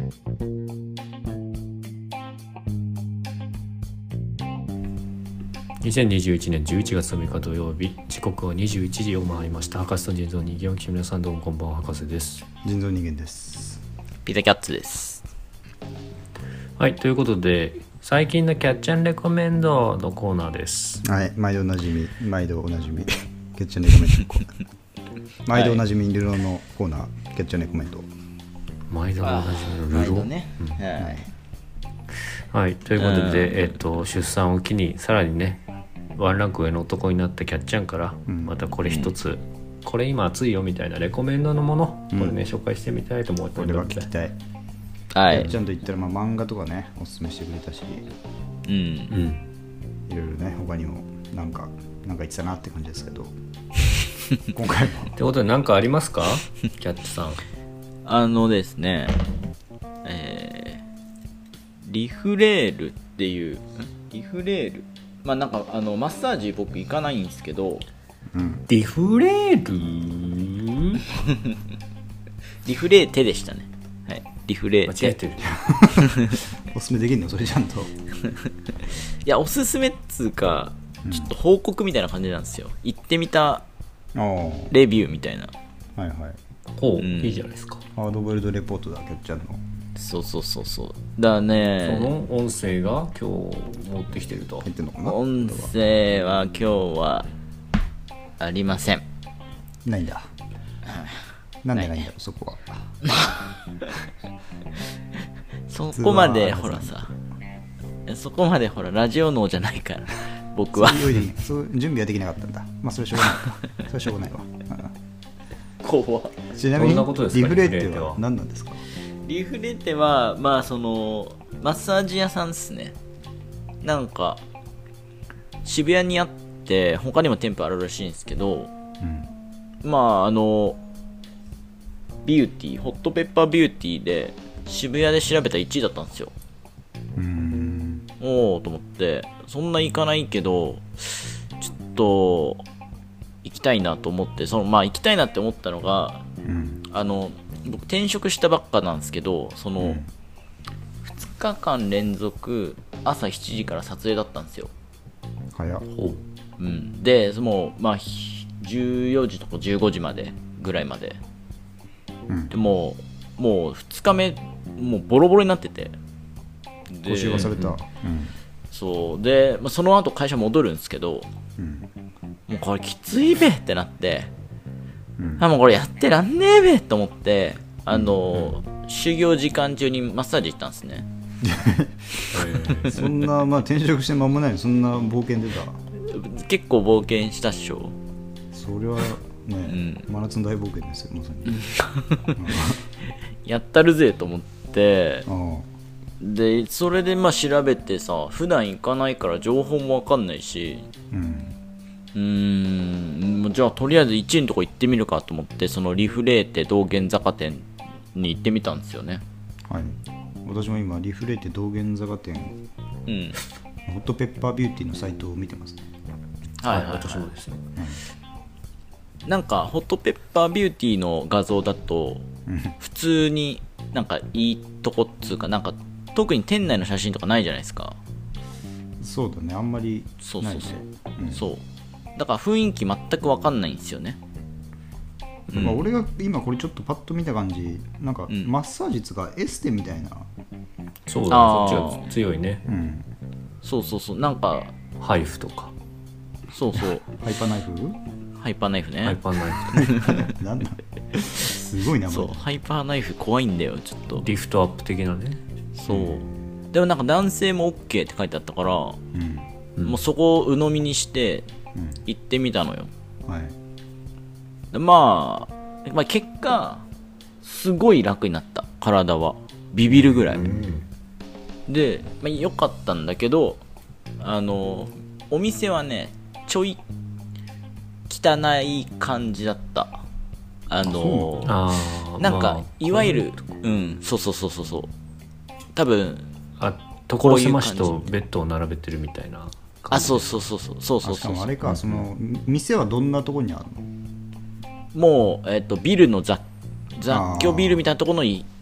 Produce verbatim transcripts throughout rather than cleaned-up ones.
にせんにじゅういちねんじゅういちがつむいか土曜日、時刻はにじゅういちじを回りました。博士と人造人間を聞き皆さんどうもこんばんは、博士です。 人造人間です。 ピザキャッツです。 はい、ということで最近のキャッチャンレコメンドのコーナーです。 はい、毎度おなじみ毎度おなじみキャッチャンレコメンドのコーナー毎度おなじみルロのコーナー、キャッチャンレコメンド毎度おなじみのルロね、うん、はい、 はい、ということで、えー、と出産を機にさらにねワンランク上の男になったキャッチャンから、うん、またこれ一つ、うん、これ今熱いよみたいなレコメンドのもの、うん、これね紹介してみたいと思って、 これは聞きたい。 はい、 キャッチャンと言ったら、まあ、漫画とかねおすすめしてくれたし、 うんうん、 いろいろね他にもなんかなんか言ってたなって感じですけど今回もってことで何かありますかキャッチさん。 あのですね、えー、リフレールっていうリフレールまあなんかあのマッサージ僕行かないんですけど、 うん、リフレールリフレーテでしたね。はい、リフレーテ。 間違えてるおすすめできるのそれちゃんと。いやおすすめっつうかちょっと報告みたいな感じなんですよ。行ってみたレビューみたいな。 はいはい。 ほう、うん、いいじゃないですか。 ハードボイルドレポートだ、キャッチャンの。 そうそうそうそうだね。 その音声が今日持ってきてると。 入ってんのかな。 音声は今日はありません。 ないんだ。なんでないんだろうそこは。 そこまでほらさ、そこまでほらラジオ脳じゃないから僕は。 そういうそう準備はできなかったんだ。まあそれしょうがないか。それはしょうがないわ。 怖ちなみにリフレーテは何なんですか。 リフレテはまあそのマッサージ屋さんですね。なんか渋谷にあって他にも店舗あるらしいんですけど、うん、まああのビューティーホットペッパービューティーで渋谷で調べたらいちいだったんですよ。 うーんおおと思ってそんな行かないけどちょっと行きたいなと思ってそのまあ行きたいなって思ったのが、うん、あの僕転職したばっかなんですけどその、うん、ふつかかん連続朝しちじから撮影だったんですよ。 早っ。 うん、でもう、まあ、じゅうよじとかじゅうごじまでぐらいまで、うん、でもうもうふつかめもうボロボロになってて募集はされた、うん、 そうで、まあ、その後会社戻るんですけど、うん、もうこれきついべってなってうん、あもうこれやってらんねえべと思ってあの、うん、修行時間中にマッサージ行ったんですね。 そんなまあ転職して間もないのそんな冒険出た。 結構冒険したっしょ。 それはね、うん、真夏の大冒険ですよまさに。 やったるぜと思ってでそれでまあ調べてさ普段行かないから情報も分かんないし、うんうーんじゃあとりあえずいちいのとこ行ってみるかと思ってそのリフレーテ道玄坂店に行ってみたんですよね。 はい、私も今リフレーテ道玄坂店、うん、ホットペッパービューティーのサイトを見てますね。 はいはい、はい、私もですね、うん、なんかホットペッパービューティーの画像だと普通になんかいいとこっつうかなんか特に店内の写真とかないじゃないですか。 そうだねあんまりないね。 そうそうそう、うん、そうだから雰囲気全く分かんないんですよね。 だから俺が今これちょっとパッと見た感じなんかマッサージつかエステみたいな、 うん、そうだねそっちが強いね、うん、 そうそうそうなんかハイフとかそうそうハイパーナイフハイパーナイフねハイパーナイフなんだすごい名前。 そうハイパーナイフ怖いんだよちょっとリフトアップ的なね。 そう、うん、でもなんか男性も OK って書いてあったから、うん、もうそこを鵜呑みにして行ってみたのよ、うんはい、でまあ、まあ結果すごい楽になった体はビビるぐらい、うん、で、まあ、良かったんだけどあのお店はねちょい汚い感じだった。あのあなんか、まあ、いわゆるうんそうそうそうそうそう多分あ所狭しとベッドを並べてるみたいなあそうそうそうそうそうそうそう。 しかもあれかその店はどんなところにあるの。 もう、えー、とビルの雑雑居ビルみたいなところの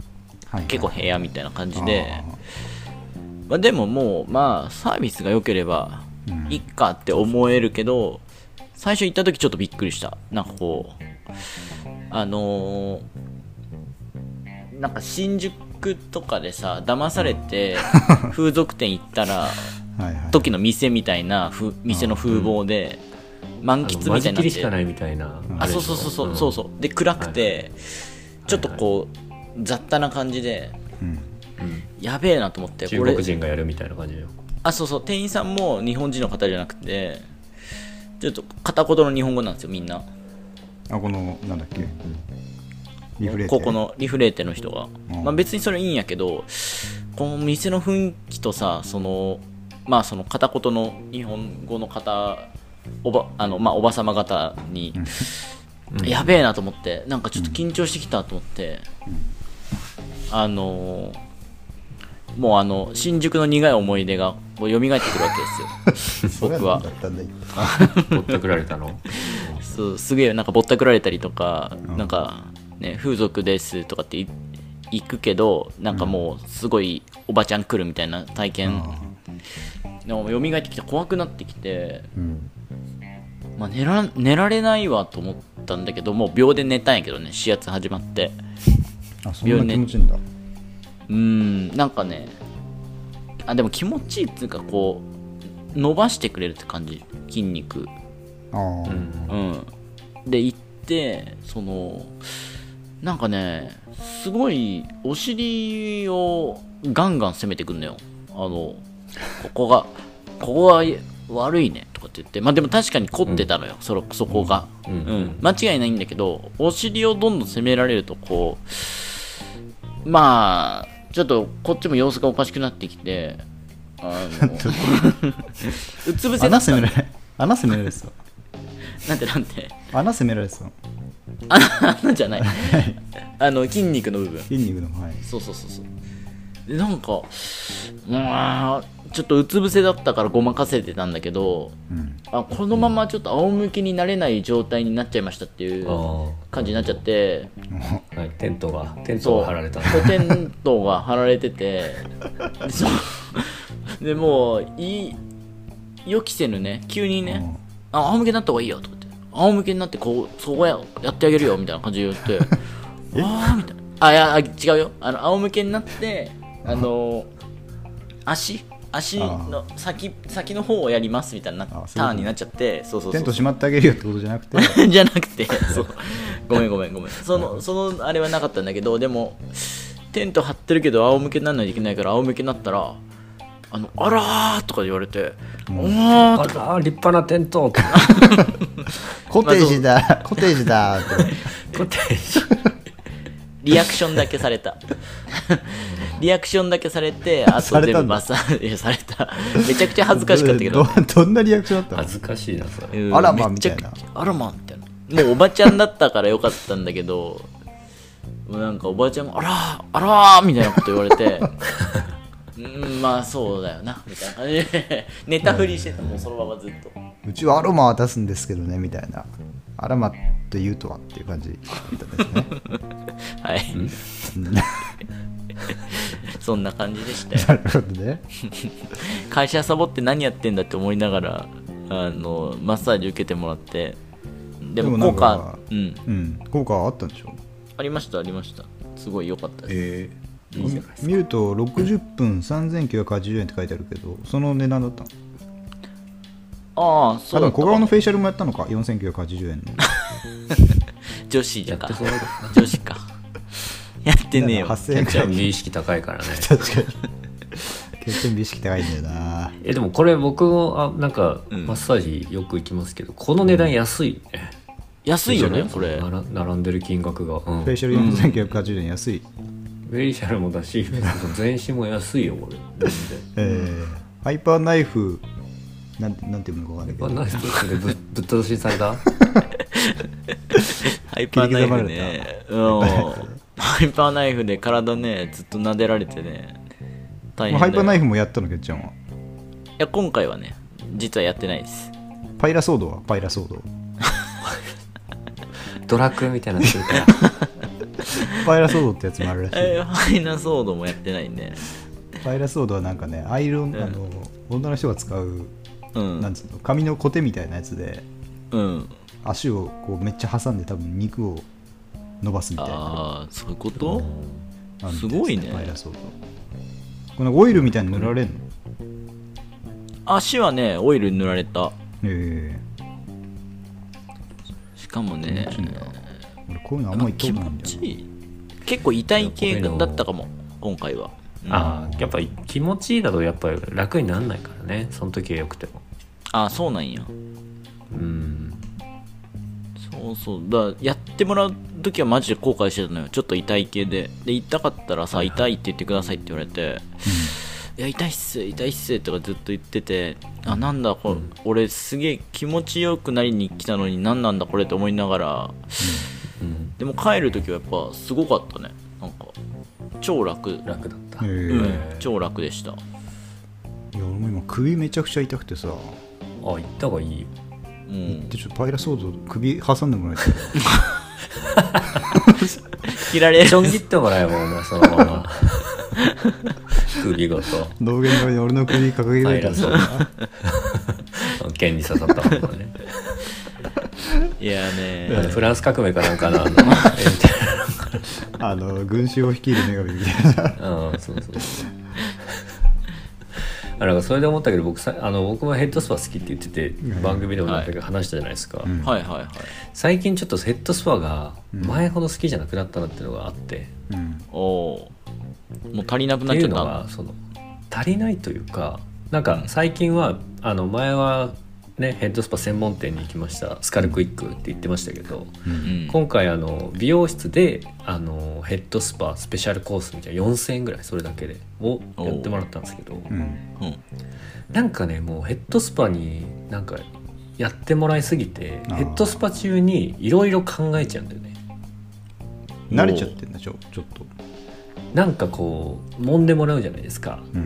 はいはい、 結構部屋みたいな感じで、まあ、でももうまあサービスが良ければいいかって思えるけど、最初行った時ちょっとびっくりした。なんかこうあのー、なんか新宿とかでさ騙されて風俗店行ったらはいはい、 時の店みたいなふ店の風貌で満喫みたいになって、 間仕切りしかないみたいな、 あそうそうそうそう、うん、そうそうで暗くて、はい、ちょっとこう、はいはい、雑多な感じで、うんうん、やべえなと思って、 中国人がやるみたいな感じよ。 あそうそう店員さんも日本人の方じゃなくてちょっと片言の日本語なんですよみんな。 あこのなんだっけ、うん、リフレーテここのリフレーテの人が、まあ、別にそれいいんやけど、この店の雰囲気とさそのまあその片言の日本語の方おばあのまあおばさま方に、うん、やべえなと思って、なんかちょっと緊張してきたと思って、うん、あのもうあの新宿の苦い思い出が蘇ってくるわけですよ僕は。 ぼったくられたのそうすげえなんかぼったくられたりとか、うん、なんかね風俗ですとかって行くけどなんかもうすごいおばちゃん来るみたいな体験、うん、蘇ってきて怖くなってきて、うんまあ、寝ら、寝られないわと思ったんだけど、もう秒で寝たんやけどね、指圧始まって。 あ、そんな気持ちいいんだ。 うーん、なんかね、あ、でも気持ちいいっていうか、こう、伸ばしてくれるって感じ、筋肉。 ああ。うん。 で、行って、その、なんかね、すごい、お尻をガンガン攻めてくんのよ。あの、ここが、ここは悪いねとかって言って、まあでも確かに凝ってたのよ、うん、そ, そこが、うんうんうん、間違いないんだけど、お尻をどんどん攻められるとこうまあちょっとこっちも様子がおかしくなってきて、あのうつ伏せだったの。 穴攻められ穴攻められてたなんてなんて穴攻められてた穴じゃないあの筋肉の部分、 筋肉の、はい、 そうそうそうそうでなんかまあちょっとうつ伏せだったからごまかせてたんだけど、うん、あこのままちょっと仰向けになれない状態になっちゃいましたっていう感じになっちゃって、 はい、テントがテントが張られたそうテントが張られててでもういい予期せぬね急にね、あ仰向けになった方がいいよとかって、仰向けになってこうそこややってあげるよみたいな感じで言ってああみたいな、あいや違うよ、あの仰向けになってあの足足の先先の方をやりますみたいなターンになっちゃって、そうそうそうそう、 テントしまってあげるよってことじゃなくてじゃなくてそうごめんごめんごめんそのそのあれはなかったんだけど、でもテント張ってるけど仰向けにならないといけないから仰向けになったらあのあらーとか言われて、 うん、おーとか、あ立派なテントコテージだ、まあ、コテージだってコテージリアクションだけされたリアクションだけされて、あと全部マッサージいやされた。めちゃくちゃ恥ずかしかったけどど, どんなリアクションだったの？ 恥ずかしいなそれ。 あらまみたいな。 あらまみたいな。もうおばちゃんだったからよかったんだけど、もうなんかおばちゃんがあらあらみたいなこと言われてうんまあそうだよなみたいな感じでネタ振りしてた、もうそのままずっと。 うちはアロマは出すんですけどねみたいな。アロマと言うとはっていう感じだったんですねはいそんな感じでしたよ。 なるほどね会社サボって何やってんだって思いながらあのマッサージ受けてもらって、でも効果、うんうん、効果あったんでしょ？ ありましたありました。すごい良かったです。 えー、いいじゃないですか。見るとろくじゅっぷんさんぜんきゅうひゃくはちじゅうえんって書いてあるけど、その値段だったの？ ああそうだったか。 小顔のフェイシャルもやったのか、よんせんきゅうひゃくはちじゅうえんの女子じゃか女子かやってねえよ。 はっせんえんくらい美意識高いからね確かに結構美意識高いんだよな。 えでもこれ僕もあなんかマッサージよく行きますけど、うん、この値段安いね。 安いよねこれ。 並んでる金額が、 うん、フェイシャルよんせんきゅうひゃくはちじゅうえん安い。 フェイシャルもだし全身も安いよこれえー、ハイパーナイフなんて、なんていうのかわかんないけど、 ナイフで ぶ, ぶっ通しされたハイパーナイフね、うん、ハイパーナイフで体ねずっと撫でられてね大変だよ。 ハイパーナイフもやったのけっちゃんは？いや今回はね実はやってないです。 パイラソードは？パイラソードドラクエみたいなのするからパイラソードってやつもあるらしい。 えファイナソードもやってないね。 パイラソードはなんかね、アイロン、あの女の人が使う、 うん、 なんつうの、紙のコテみたいなやつで、 うん、 足をこうめっちゃ挟んで多分肉を伸ばすみたいな。 ああ、そういうこと？ うん、 すごいね。 パイラソード。このオイルみたいに塗られるの？ 足はね、オイルに塗られた。へえー、しかもね、 俺こういうのあんまり言ったことないんだよ。 気持ちいい。結構痛い系だったかも、今回は。 うん、ああ、やっぱり気持ちいいだとやっぱり楽にならないからね、その時はよくても。 ああ、そうなんや。 うん。 そうそう。だやってもらう時はマジで後悔してたのよ。ちょっと痛い系で。で、痛かったらさ、痛いって言ってくださいって言われて、いや、痛いっす、痛いっすとかずっと言ってて、あ、なんだこれ、うん、俺すげえ気持ちよくなりに来たのに何なんだこれって思いながら、うん、でも帰る時はやっぱすごかったね。なんか超楽楽だった、 うん、超楽でした。いや、 俺も今首めちゃくちゃ痛くてさ、 あ、行った方がいいよ。 うん、でちょっとパイラソード首挟んでもらえて切られる。 ちょん切ってもらえばお前そのまま首ごと道玄坂に俺の首掲げられたんだ剣に刺さったもんね。いやね、 フランス革命かなんかなあの群衆を率いる女神みたいな。 うん、そうそうそう。あ、なんかそれで思ったけど、僕さ、あの僕もヘッドスパ好きって言ってて、うん、番組でもなんか話したじゃないですか、 うん、はいはいはい。 最近ちょっとヘッドスパが前ほど好きじゃなくなったなっていうのがあって、うん、 おお、もう足りなくなっちゃった。っていうのはその足りないというか、なんか最近は、うん、あの前はね、ヘッドスパ専門店に行きました、スカルクイックって言ってましたけど、うん、今回あの美容室であのヘッドスパスペシャルコースみたいなよんせんえんぐらいそれだけでをやってもらったんですけど、うん、なんかね、もうヘッドスパになんかやってもらいすぎてヘッドスパ中にいろいろ考えちゃうんだよね。 慣れちゃってんだ、ちょちょっとなんかこう揉んでもらうじゃないですか、うん、うん、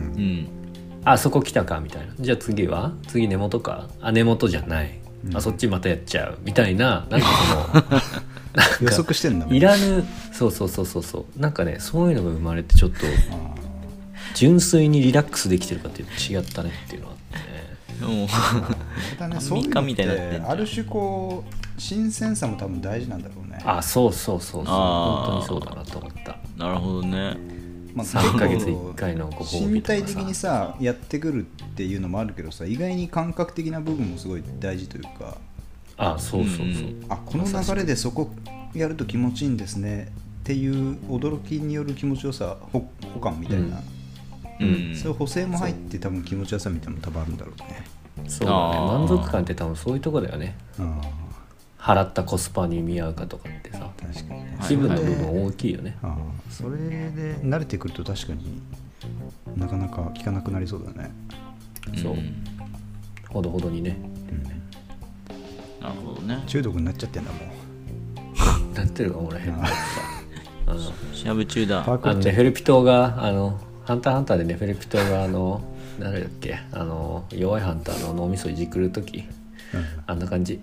あそこ来たかみたいな、じゃあ次は次根元か、あ根元じゃない、うん、あそっちまたやっちゃうみたいな、なんかそのなんか予測してんだもん、 いらぬ、そうそうそうそうそう、なんかね、そういうのが生まれてちょっと純粋にリラックスできてるかっていうと違ったねっていうのがあってね。もうだね、そういうのってある種こう新鮮さも多分大事なんだろうね。 あ、そうそうそうそう、本当にそうだなと思った。 なるほどね。 まあ、 さんかげついっかいのご褒美とかさ、 身体的にさやってくるっていうのもあるけどさ、意外に感覚的な部分もすごい大事というか、 あ、そうそうそう、うん、 あ、この流れでそこやると気持ちいいんですねっていう驚きによる気持ちよさ、補完みたいな、うんうん、そういう補正も入って多分気持ちよさみたいなのも多分あるんだろうね。 そうだね、満足感って多分そういうとこだよね。払ったコスパに見合うかとかってさ、 確かにね、 気分の部分大きいよね。 あ、それで慣れてくると確かになかなか効かなくなりそうだね。 そう、うん、ほどほどにね、 うん、なるほどね。 中毒になっちゃってんだもんなってるかも俺変なしゃぶ中だ。 あのネフェルピトがあのハンターハンターでネフェルピトがあの誰だっけ、あの弱いハンターの脳みそいじくるとき、うん、あんな感じ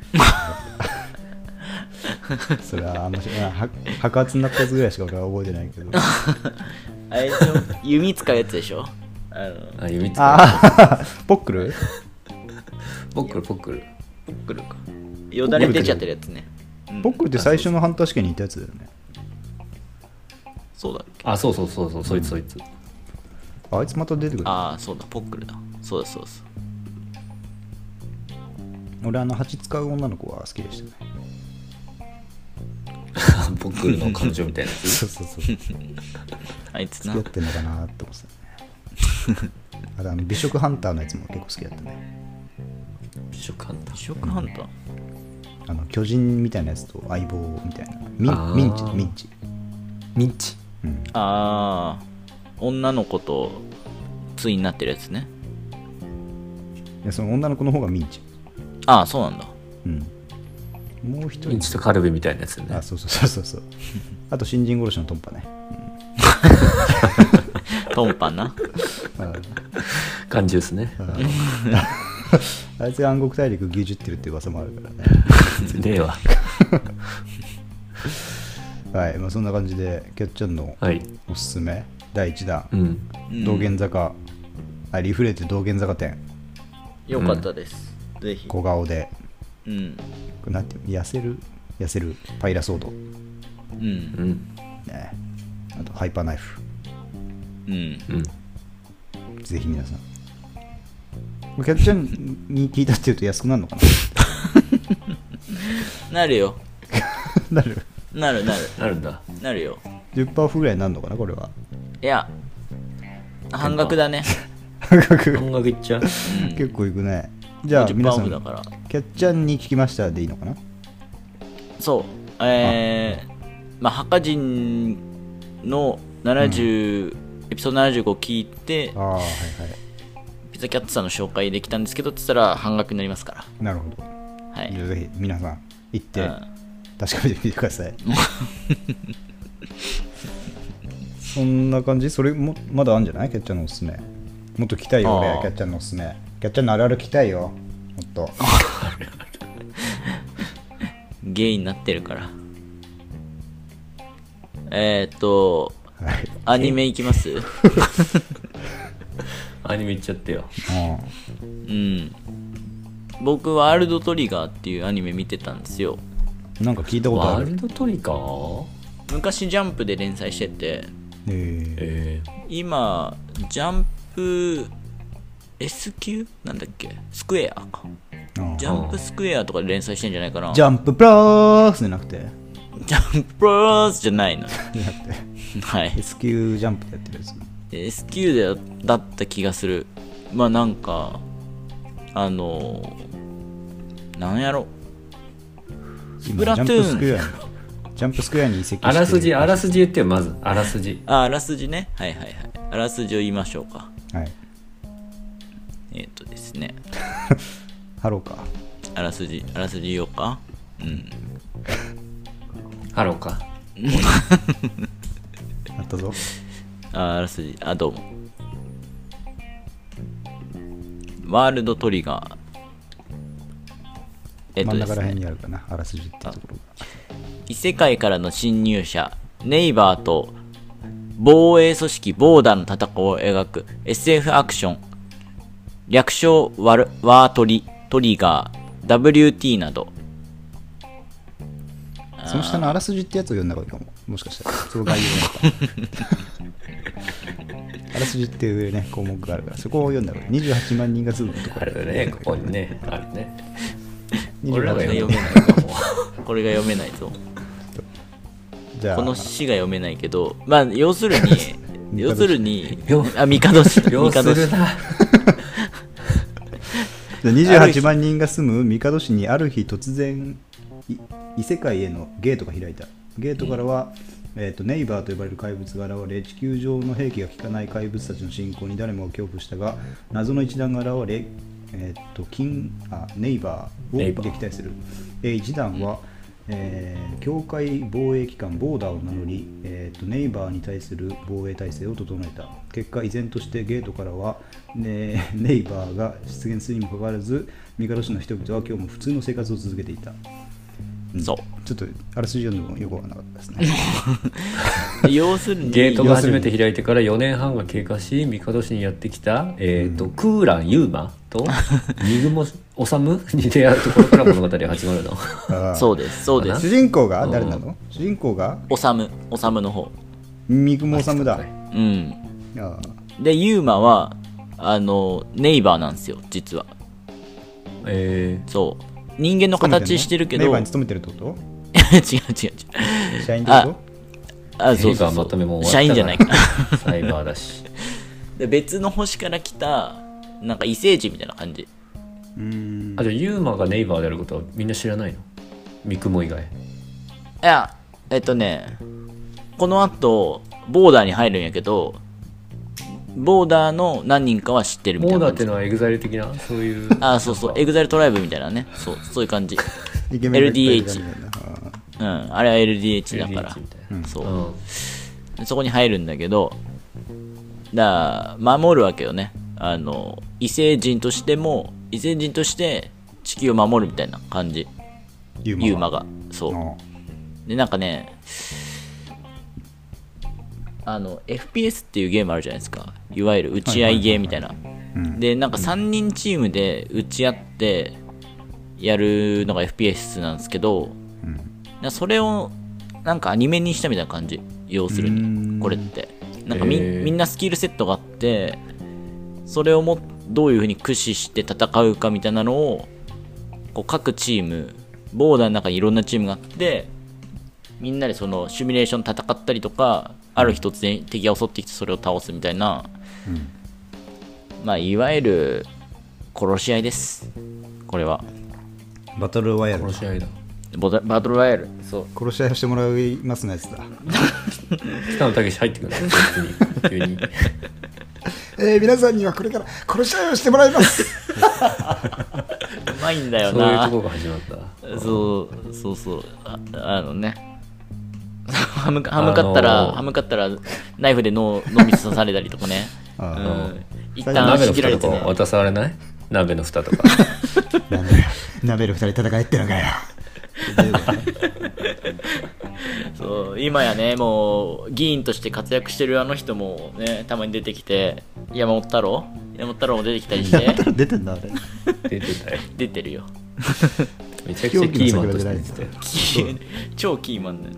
それはあの白髪になったやつぐらいしか俺は覚えてないけどあれ弓使うやつでしょ。あのあ、弓使うやつポックルポックルポックルポックルか、よだれ出ちゃってるやつね。 ポックルって最初のハンター試験にいたやつだよね。 そうだっけ。 あ、そうそうそうそう、そいつそいつ、 あいつまた出てくる。 ああ、そうだ、ポックルだ。そうだそうです。 俺あの蜂使う女の子は好きでしたねポックルの彼女みたいなやつそうそうそうあいつな付き合ってんのかなって思ってたねあとあの美食ハンターのやつも結構好きだったね。 美食ハンター、 美食ハンター、 あの巨人みたいなやつと相棒みたいな、ミンミンチミンチミンチ、 うん、ああ、女の子と対になってるやつね。 いや、その女の子の方がミンチ。 ああ、そうなんだ。 うん。もう一人。 ミンチとカルビみたいなやつよね。 あ、そうそうそうそうそう。あと新人殺しのトンパね。 うん、トンパな。 缶ジュースね。 あいつが暗黒大陸牛耳ってるって噂もあるからね。 では。 はい、まあ、そんな感じでキャッチャンのおすすめ、はい、だいいちだん、うん、道玄坂、あリフレーテ道玄坂店よかったです、うん、ぜひ小顔で、 うん、 これなんて痩せる痩せるパイラソード、うんうんね、あとハイパーナイフ、 うんうん、ぜひ皆さんキャッチャンに聞いたって言うと安くなるのかななるよなるなるなるなるんだなるよじゅっパーセント オフぐらいになるのかなこれは。 いや半額だね半額半額いっちゃう、 うん、結構いくね。じゃあ皆さんだからキャッチャンに聞きましたでいいのかな。 そうえー、まあハカジンのななじゅう、うん、エピソードななじゅうご聞いて、 あ、はいはい、 ピザキャッツさんの紹介できたんですけどって言ったら半額になりますから。 なるほど、 はい、 ぜひ皆さん行って、うん、確かめてみてくださいそんな感じ。それもまだあるんじゃないキャッチャーのおすすめ。もっと来たいよ俺キャッチャーのおすすめ。キャッチャーのあるある来たいよもっとゲイになってるから。えーっと、はい、アニメいきますアニメいっちゃってよ。 うん。僕ワールドトリガーっていうアニメ見てたんですよ。 なんか聞いたことある。 ワールドトリガー昔ジャンプで連載してて、 えー、 今ジャンプ S 級なんだっけスクエアか。ジャンプスクエアとかで連載してんじゃないかな。 ジャンププラスじゃなくてジャンププラスじゃないのじゃなくてはい S 級ジャンプでやってるやつ S 級でだった気がする。まあなんかあのなんやろスプラトゥーンジャンプスクエアに移籍してあらすじあらすじ言ってよ。まずあらすじ。 ああらすじね。はいはいはい。あらすじを言いましょうか。 はい。 えっ、ー、とですねハローか。 あらすじあらすじ言おうか。うんハローかあったぞ。 ああらすじあどうも。ワールドトリガー、 えっとですね、真ん中ら辺にあるかなあらすじってところが。 異世界からの侵入者ネイバーと防衛組織ボーダーの戦いを描く エスエフ アクション、略称ワルワートリトリガー ダブリューティー など。 その下のあらすじってやつを読んだ方がいいかも。もしかしたらその概要があらすじっていうね項目があるからそこを読んだ方がいい。にじゅうはちまんにんが住むとこあるね。ここにねあるね。 俺らが読めないこれが読めないぞ。じゃあこの詩が読めないけど、まあ要するに要するにあミカド氏要するなにじゅうはちまんにんが住むミカド市にある日突然異世界へのゲートが開いた。ゲートからは、えー、とネイバーと呼ばれる怪物が現れ、地球上の兵器が効かない怪物たちの進行に誰もが恐怖したが、謎の一団が現れ、えー、と金あネイバーを撃退する。えー、一団は、えー、境界防衛機関ボーダーを名乗り、えー、とネイバーに対する防衛体制を整えた。結果依然としてゲートからは、ね、ネイバーが出現するにもかかわらずミカド市の人々は今日も普通の生活を続けていた。うん、 そうちょっとあらすじ読んでもよくわからなかったですね要するにゲートが初めて開いてからよねんはんが経過しミカド市にやってきた、えーとうん、クーランユーマとニグモオサムに出会うところから物語が始まるのそうですそうです。 主人公が誰なの？主人公がオサムオサムの方ミグモオサムだ。 うんあでユーマはあのネイバーなんですよ実は。 えー、 そう人間の形してるけどネイバーに勤めてるってこと？ 違う違う違う社員ってこと？ ああそうそうそうまとめも社員じゃないかサイバーだしで別の星から来たなんか異星人みたいな感じ。 うーんあじゃあユーマがネイバーであることはみんな知らないの？ミクモ以外。いやえっとねこの後ボーダーに入るんやけどボーダーの何人かは知ってるみたいな。 ボーダーってのはエグザイル的なそういうあそうそうエグザイルトライブみたいなねそうそういう感じエルディーエイチ うんあれは エルディーエイチ だから、うん、そう、うん、そこに入るんだけどだから守るわけよね。あの異星人としても異星人として地球を守るみたいな感じユーマがそうでなんかねあの エフピーエス っていうゲームあるじゃないですか、いわゆる打ち合いゲーみたいな。でなんかさんにんチームで打ち合ってやるのが エフピーエス なんですけど、うん、それをなんかアニメにしたみたいな感じ、要するにこれってなんか み,、えー、みんなスキルセットがあって、それをもどういう風に駆使して戦うかみたいなのをこう各チーム、ボーダーの中にいろんなチームがあって、みんなでそのシミュレーション戦ったりとか、ある日突然敵が襲ってきてそれを倒すみたいな、うん、まあいわゆる殺し合いです、これは。 バトルロワイヤル。 殺し合いだ。 バトルロワイヤル。そう。 殺し合いをしてもらいますのやつだ。 北野武入ってくるね、急に。 えー、皆さんにはこれから殺し合いをしてもらいます。 うまいんだよな。 そういうところが始まった。 そうそうそう。あ, あのね。ハムハムかったら、あのー、ハムかったらナイフで脳脳みそ刺されたりとかね。 うん、一旦鍋の蓋とか渡されない？鍋の蓋とか。 鍋の蓋で戦えってのかよ。 そう今やね、もう議員として活躍してるあの人もね、たまに出てきて、山本太郎山本太郎も出てきたりして。 出てんだあれ。 出てたよ。 出てるよ。 めちゃくちゃキーマンとして出てたよ。 超キーマンだよ。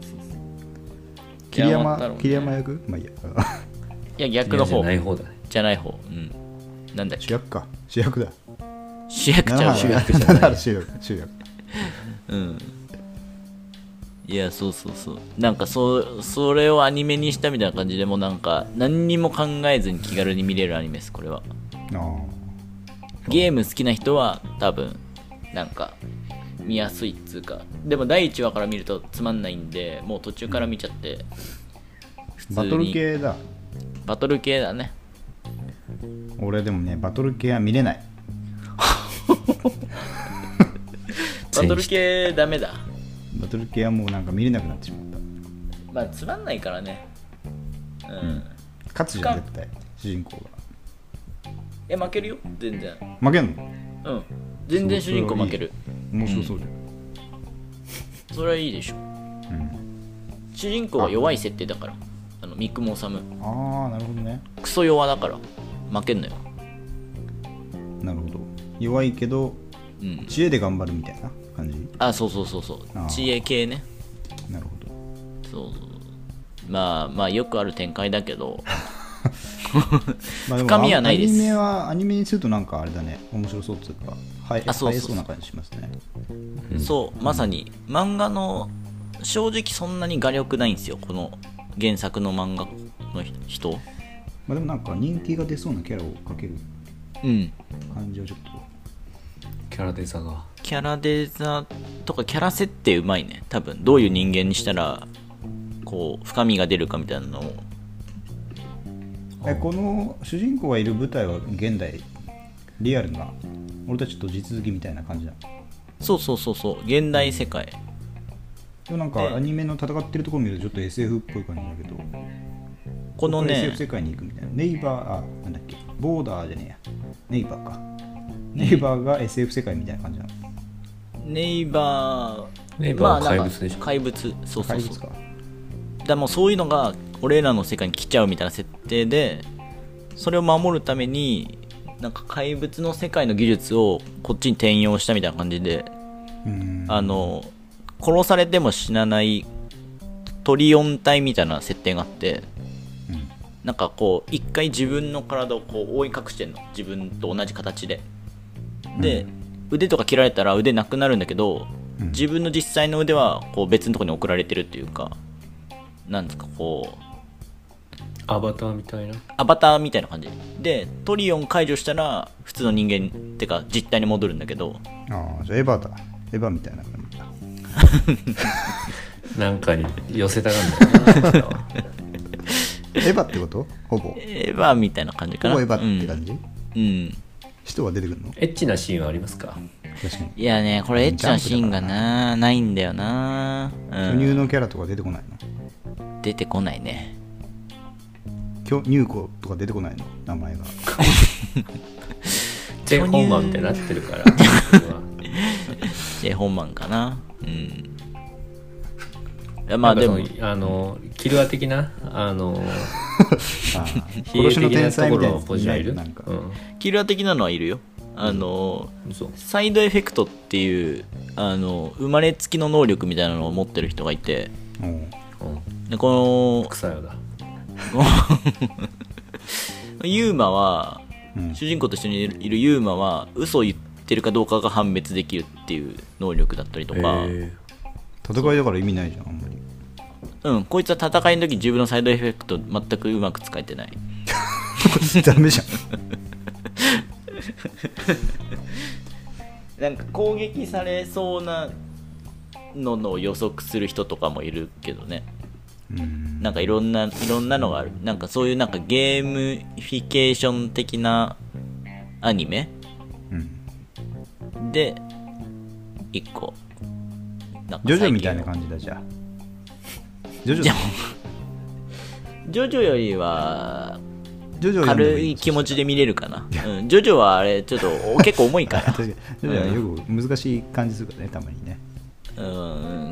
桐山桐山役？まあいいや。 いや逆の方。 じゃない方だね。 じゃない方。うん。なんだっけ。 主役か。主役だ。 主役ちゃう。 主役じゃない。 主役。主役。 うん。いやそうそうそう。なんかそそれをアニメにしたみたいな感じで、もうなんか何にも考えずに気軽に見れるアニメです、これは。あゲーム好きな人は多分なんか見やすいっつうか、でもだいいちわから見るとつまんないんで、もう途中から見ちゃって普通に。 バトル系だ。 バトル系だね。 俺でもね、バトル系は見れない。 バトル系ダメだ。 バトル系はもうなんか見れなくなってしまった。 まあつまんないからね。うん、うん、 勝つじゃん絶対主人公が。 え負けるよ全然。 負けんの？ うん、全然主人公負ける。 面白そうじゃん、 うん、それはいいでしょ、うん、主人公は弱い設定だから、あの三雲治。 ああなるほどね。 クソ弱だから負けんのよ。なるほど。弱いけど、うん、知恵で頑張るみたいな感じ。 あそうそうそうそう、知恵系ね。 なるほど。そうまあまあよくある展開だけどまあ深みはないです。アニメはアニメにするとなんかあれだね、面白そうっていうか、はい、あそうそうそう、そうな感じしますね。 うん、そうまさに漫画の正直そんなに画力ないんですよ、この原作の漫画の人。 まあでもなんか人気が出そうなキャラを描ける感じはちょっと、うん、 キャラデザがキャラデザとかキャラ設定うまいね。多分どういう人間にしたらこう深みが出るかみたいなのを。 えこの主人公がいる舞台は現代リアルな俺たちと地続きみたいな感じなの？ そうそうそうそう、現代世界でもなんかアニメの戦ってるところ見るとちょっと エスエフ っぽい感じだけど、 このねエスエフ 世界に行くみたいな。ネイバー、あなんだっけ、ボーダーじゃねえや、ネイバーか。ネイバーが エスエフ 世界みたいな感じなの？ ネイバーネイバーは怪物でしょ。 怪物、そうそうそう。 怪物か。 だもうそういうのが俺らの世界に来ちゃうみたいな設定で、それを守るためになんか怪物の世界の技術をこっちに転用したみたいな感じで、うんあの殺されても死なないトリオン体みたいな設定があって、うん、なんかこう一回自分の体をこう覆い隠してんの、自分と同じ形で。で、うん、腕とか切られたら腕なくなるんだけど、うん、自分の実際の腕はこう別のところに送られてるっていうか、なんですかこうアバターみたいなアバターみたいな感じで、トリオン解除したら普通の人間ってか実体に戻るんだけど。 ああじゃあエヴァだ、エヴァみたいな感じだなんかに寄せたがんだよなエヴァってこと？ほぼエヴァみたいな感じかな。 ほぼエヴァって感じ？ うん、うん、 人は出てくるの？ エッチなシーンはありますか？ 確かに。 いやね、これエッチなシーンがなないんだよな、 うん、巨乳のキャラとか出てこないの？出てこないね。 巨乳子とか出てこないの？名前がジェイ本マンってなってるからジェイ本マンかな。うんいやまあでもあのキルア的なあの殺しの天才みたいなポジションいるなんか、 うん、キルア的なのはいるよ。あの、 うん、 サイドエフェクトっていうあの生まれつきの能力みたいなのを持ってる人がいて、うん、でこの草よだユーマは、 うん、 主人公と一緒にいるユーマは嘘を言ってるかどうかが判別できるっていう能力だったりとか、 えー、戦いだから意味ないじゃんあんまり。 うん、こいつは戦いの時自分のサイドエフェクト全くうまく使えてないダメじゃんなんか攻撃されそうなのの予測する人とかもいるけどね。 うんなんかいろんないろんなのがある。なんかそういうなんかゲームフィケーション的なアニメ、うん、で一個なんかジョジョみたいな感じだじゃあ。ジョジョジョジョよりは軽い気持ちで見れるかな。うん、ジョジョはあれちょっと結構重いからジョジョはよく難しい感じするからね、たまにね。 うん、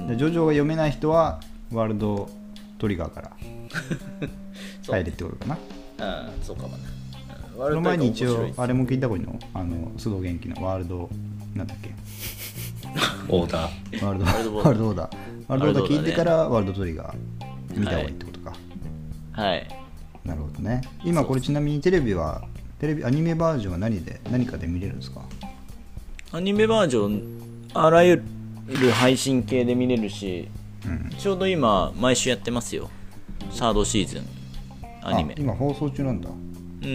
でジョジョが読めない人はワールドトリガーから入れってことかな。 うん、そうかもな。 その前に一応あれも聞いたことのあの須藤元気のワールドなんだっけオーダーワールドワールドオーダーワールドオーダー聞いてからワールドトリガー見た方がいいってことか。 はい、はい、 なるほどね。今これちなみにテレビはテレビアニメバージョンは何で何かで見れるんですか？ アニメバージョンあらゆる配信系で見れるし、うん、ちょうど今毎週やってますよ、サードシーズンアニメ。 今放送中なんだ。 うん、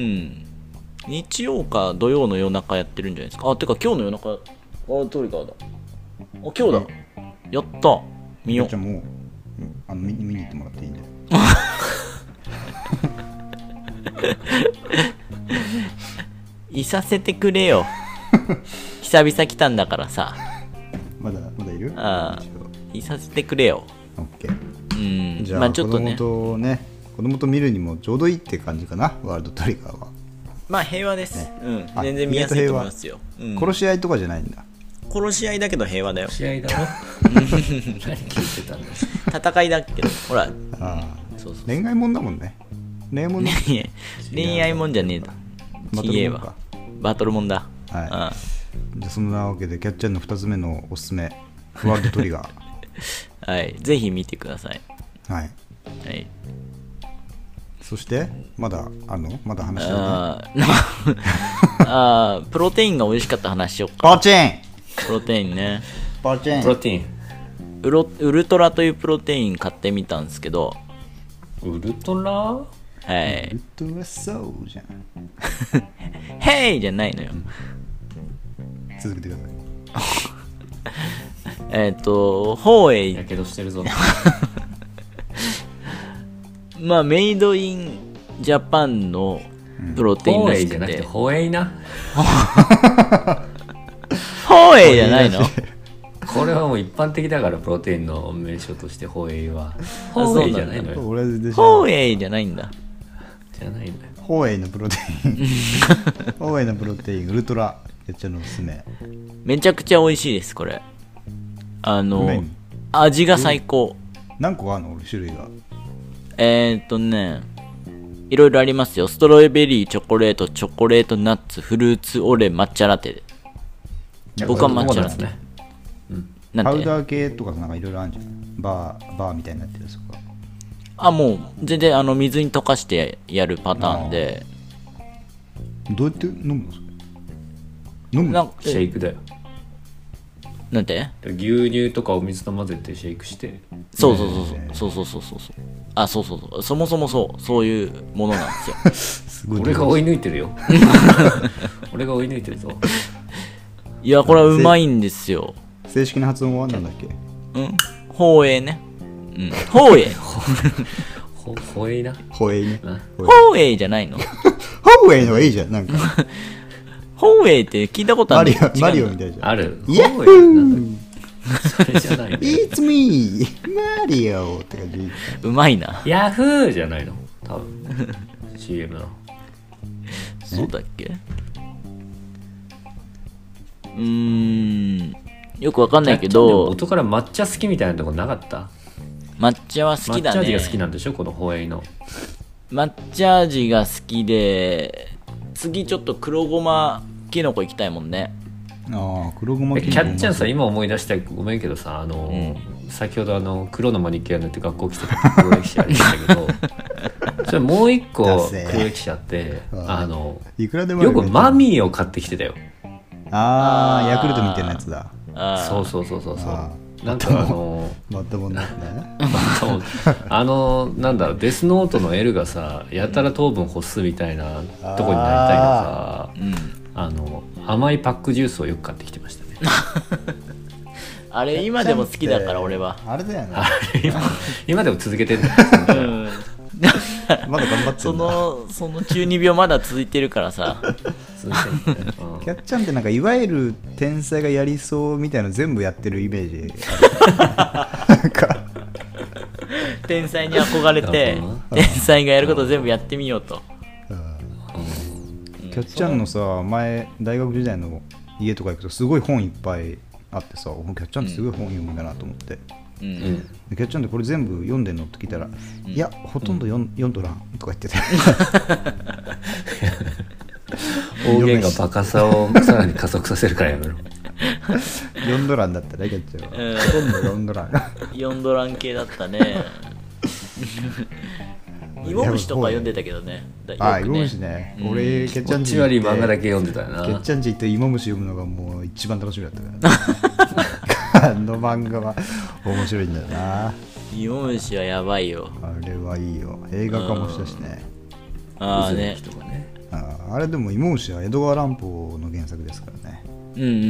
日曜か土曜の夜中やってるんじゃないですか。あ、てか今日の夜中ワールドトリガーだ。あ、今日だ、やった見よう。 じゃあもう、うん、あの 見, 見に行ってもらっていいんだよいさせてくれよ久々来たんだからさ。 まだまだいる？ ああ、いさせてくれよ。 オッケー。 うん、 じゃあ、まあ、ちょっとね、子供とね子供と見るにもちょうどいいって感じかな、ワールドトリガーは。まあ平和です、ね、うん、全然見やすいと思いますよ、うん、 殺し合いとかじゃないんだ。 殺し合いだけど平和だよ。 試合だろ何聞いてたんだ戦いだけどほら、 あそうそう、恋愛もんだもんね。恋愛もんね恋愛もんじゃねえだ。 バトルもんか。 バトルもんだ。 はい。ああ、じゃあそんなわけでキャッチャーのふたつめのおすすめワールドトリガーはい、ぜひ見てください。 はい、 はい、 そしてまだあるの？まだ話してない。 ああプロテインが美味しかった話しようか。 プロテインプロテインね。 プロテインプロテインウロウルトラというプロテイン買ってみたんですけど。 ウルトラ？ はい。 ウルトラソウじゃんヘイじゃないのよ。 続けてくださいえっとホーエイやけどしてるぞまあメイドインジャパンのプロテインらしくて、 ホーエイじゃなくてホエイなホーエイじゃないのこれはもう一般的だから、プロテインの名称としてホエイはホーエイじゃないのよ。 ホーエイじゃないんだ。 じゃないんだよ。 ホーエイのプロテインホーエイのプロテインウルトラめっちゃのおすすめ。 めちゃくちゃ美味しいですこれ。あの味が最高。 何個あるの種類が？ えーっとねいろいろありますよ。ストロベリー、チョコレート、チョコレートナッツ、フルーツオレ、抹茶ラテ。僕は抹茶ラテね。 うん、パウダー系とかなんかいろいろあるじゃん。バーバーみたいになってるやつとか。 あ、もう全然あの水に溶かしてやるパターンで。 どうやって飲むの？それ飲むの？ シェイクだよ。 なんて？ 牛乳とかお水と混ぜてシェイクして。 そうそうそうそうそうそうそうそう。あ、そうそうそう。そもそもそうそういうものなんですよ。 俺が追い抜いてるよ。俺が追い抜いてるぞ。 いやこれはうまいんですよ。 正式な発音は何だっけ？ うん。ホーエイね。うん。ホーエイ。 ほホエイな。 ホエイね。 ホーエイじゃないの？ ホーエイのがいいじゃんなんか。 ホーエイって聞いたことある？ マリオマリオみたいじゃん。 ある。 ヤッホー。 それじゃない。 It's me マリオって感じ。 うまいな。 ヤフーじゃないの？多分。シーエム の。 そうだっけ？うーん。よくわかんないけど。 元から抹茶好きみたいなとこなかった？ 抹茶は好きだね。 抹茶味が好きなんでしょこのホエイの。 抹茶味が好きで、次ちょっと黒ごまきのこ行きたいもんね。 ああ黒ごまキャッチャンさ今思い出したらごめんけどさ、あの、うん、先ほどあの黒のマニキュア塗って学校来てた黒歴史ありましたけどそれもう一個黒歴史あってあのいくらでもよくマミーを買ってきてたよ。 ああヤクルトみたいなやつだ。 そうそうそうそうそう。なんかあのまたもんですねあのなんだろうデスノートの L がさやたら糖分欲すみたいなとこになりたいのか、うん、あの甘いパックジュースをよく買ってきてましたねあれ今でも好きだから俺はあれだよね。 今, 今でも続けてるんだよ、うん、 まだ頑張ってんだ。 そのその中二病まだ続いてるからさ続いてる、ねうん、 キャッチャンってなんかいわゆる天才がやりそうみたいなの全部やってるイメージなんか天才に憧れて天才がやることを全部やってみようと。 キャッチャンのさ前大学時代の家とか行くとすごい本いっぱいあってさ、キャッチャンってすごい本読むんだなと思って、うん、でキャッチャンってこれ全部読んでんのって聞いたら、うん、いやほとんど読ん、うん、読んどらんとか言ってて方言がバカさをさらに加速させるからやめろ読んどらんだったねキャッチャンは、ほとんど読んどらん読んどらん系だったね芋虫とか読んでたけどね。 ああ、芋虫ね。うん、俺、ケッチャンジー悪い漫画だけ読んでたよな。 ケッチャンジーって芋虫読むのがもう一番楽しみだったからね。あの漫画は面白いんだよな。 芋虫はやばいよ。 あれはいいよ。映画化もしたしね。 ああね。 あ, あれでも芋虫は江戸川乱歩の原作ですからね。 うんうんうんうん。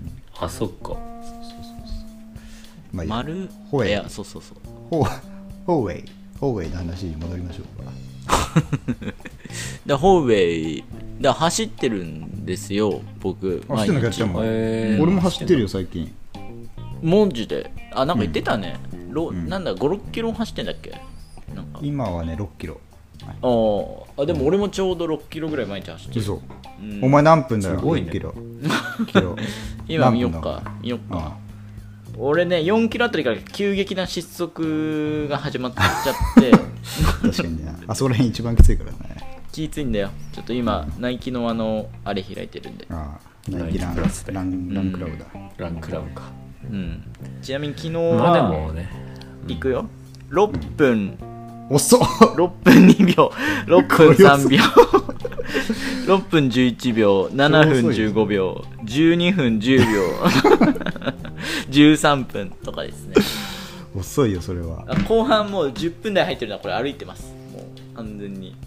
あ、そっか。そうそうそう。 まあ、丸ホエイ。 いや、そうそうそう。 ホホエイ。ホーウェイの話に戻りましょうかだホーウェイだ走ってるんですよ僕。 走ってんのキャッチャーも、えー、俺も走ってるよ最近。 マジであなんか言ってたね、うん、なんだごろっキロ走ってんだっけ。なんか今はねろっキロ、 はい、ああでも俺もちょうどろっキロぐらい毎日走ってる。 嘘、うん、お前何分だよ。すごいね。ろっキロキロ今見よっか見よっか。俺ねよんキロあたりから急激な失速が始まっちゃって確かにねあそこら辺一番きついからね。 きついんだよ。ちょっと今ナイキのあのあれ開いてるんで。 ああナイキランランランクラブだ、 うん、ランクラブか。 うんちなみに昨日はまあでもね、うん、行くよろっぷん遅っろっぷんにびょうろっぷんさんびょうろっぷんじゅういちびょうななふんじゅうごびょうじゅうにふんじゅうびょうじゅうさんぷんとかですね。 遅いよそれは。 後半もうじゅっぷん台入ってるのはこれ歩いてます。もう完全に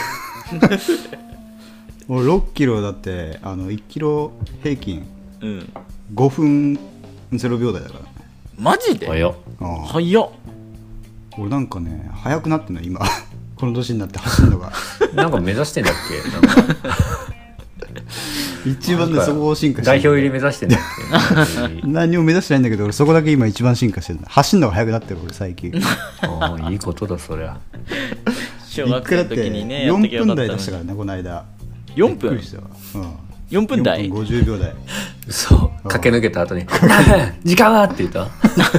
もうろっキロだってあのいっキロ平均、 うん、 ごふんぜろびょう台だからね。 マジで早っ。 早っ。 俺なんかね速くなってんの今この年になって走るのがなんか目指してんだっけ。なんか一番ねそこを進化して代表入り目指してんだっけ何も目指してないんだけど俺そこだけ今一番進化してる。走るのが速くなってる俺最近ああいいことだそりゃ。 小学生の時にねよんぷん台出したからねこの間。 よんぷん、うん、よんぷん台よんぷんごじゅうびょう台。 そう駆け抜けた後に時間はって言った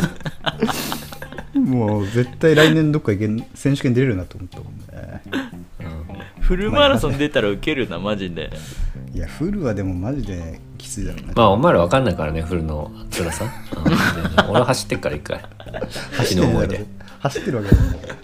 もう絶対来年どっか行けん選手権出れるなと思ったもんね、 うん、フルマラソン出たらウケるなマジで。 いやフルはでもマジできついだろうね。 まあお前ら分かんないからねフルの辛さ、うん、俺は走ってっから一回走って思いで走ってるわけないんだから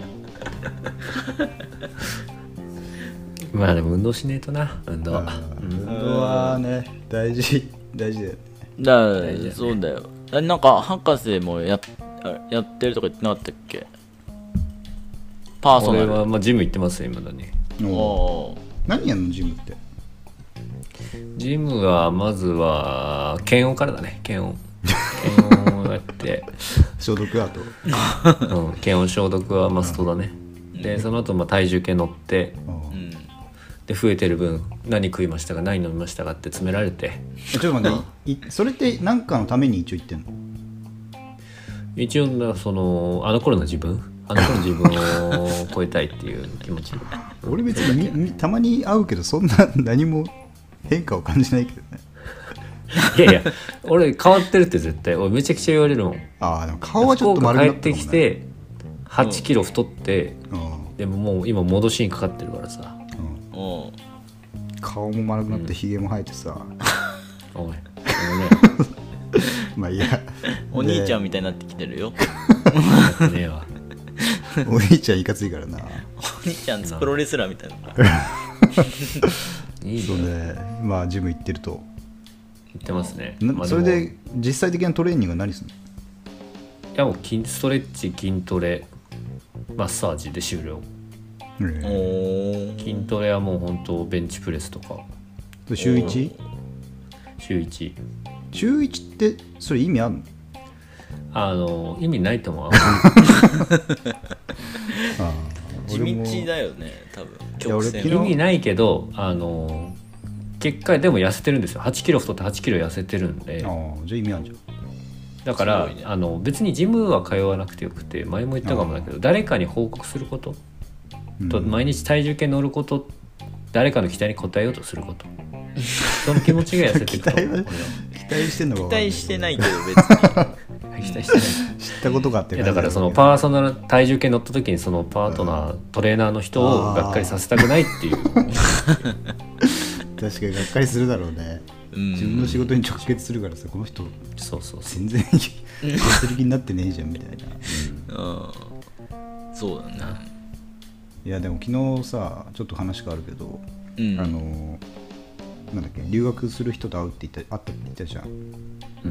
まあでも運動しねえとな。運動は運動はね大事大事だよね。 だから、ね、そうだよ。なんか博士もややってるとか言ってなかったっけ。パーソナル。 俺はまあジム行ってますよ今だに。 お何やんのジムって。 ジムはまずは検温からだね。検温検温をやって消毒アート、うん、検温消毒はマストだね。でその後まあ体重計乗って、うん、で増えてる分何食いましたか何飲みましたかって詰められて。 ちょっと待ってそれって何かのために一応言ってんの。 一応そのあの頃の自分あの頃の自分を超えたいっていう気持ち俺別にたまに会うけどそんな何も変化を感じないけどねいやいや俺変わってるって絶対俺めちゃくちゃ言われるもん。 ああでも顔はちょっと丸くなったもんね。 帰ってきてはちキロ太って、 うん、 でももう今戻しにかかってるからさ、 うん、 顔も丸くなってひげも生えてさ、 うん、おいまあいいや、 お兄ちゃんみたいになってきてるよ。 やってねえわ。 お兄ちゃんいかついからな。 お兄ちゃんプロレスラーみたいな。 いいそうね、まあジム行ってると。 行ってますね。 まあ、それで実際的なトレーニングは何するの？ いやもう筋ストレッチ、筋トレ、マッサージで終了。 おー、 筋トレはもう本当ベンチプレスとか。 週 いち？ 週いち。 週いちってそれ意味あるの？ あの意味ないと思う。 あ地道だよね多分。曲線意味ないけど、あの結果でも痩せてるんですよ。はちキロ太ってはちキロ痩せてるんで。 ああ、じゃあ意味あるじゃん。 だから、 ね、 あの別にジムは通わなくてよくて、前も言ったかもだけど、誰かに報告することと、うん、毎日体重計乗ること、誰かの期待に応えようとすること、その気持ちが痩せていくと。 期待は期待してんのか分かんない。 期待してないけど別に期待してない。 知ったことがあってだからそのパーソナル体重計乗った時にそのパートナー、うん、トレーナーの人をがっかりさせたくないっていう。 確かにがっかりするだろうね。うん、自分の仕事に直結するからさ、この人そうそうそう全然痩せる気になってねえじゃんみたいな、 うん、そうだね。 いやでも昨日さ、ちょっと話変わるけど、 うん、 あのなんだっけ、留学する人と会うって言った会ったって言ったじゃん。 うん、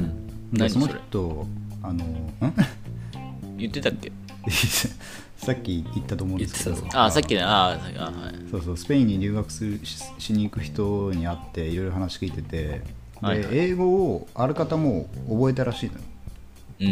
でその人あのん言ってたっけ？ さっき言ったと思うんですけど、 あさっきね、ああ、はい、 そうそう、スペインに留学する し, しに行く人に会っていろいろ話聞いてて、で、はいはい、英語をある方も覚えたらしいのよ。 うん、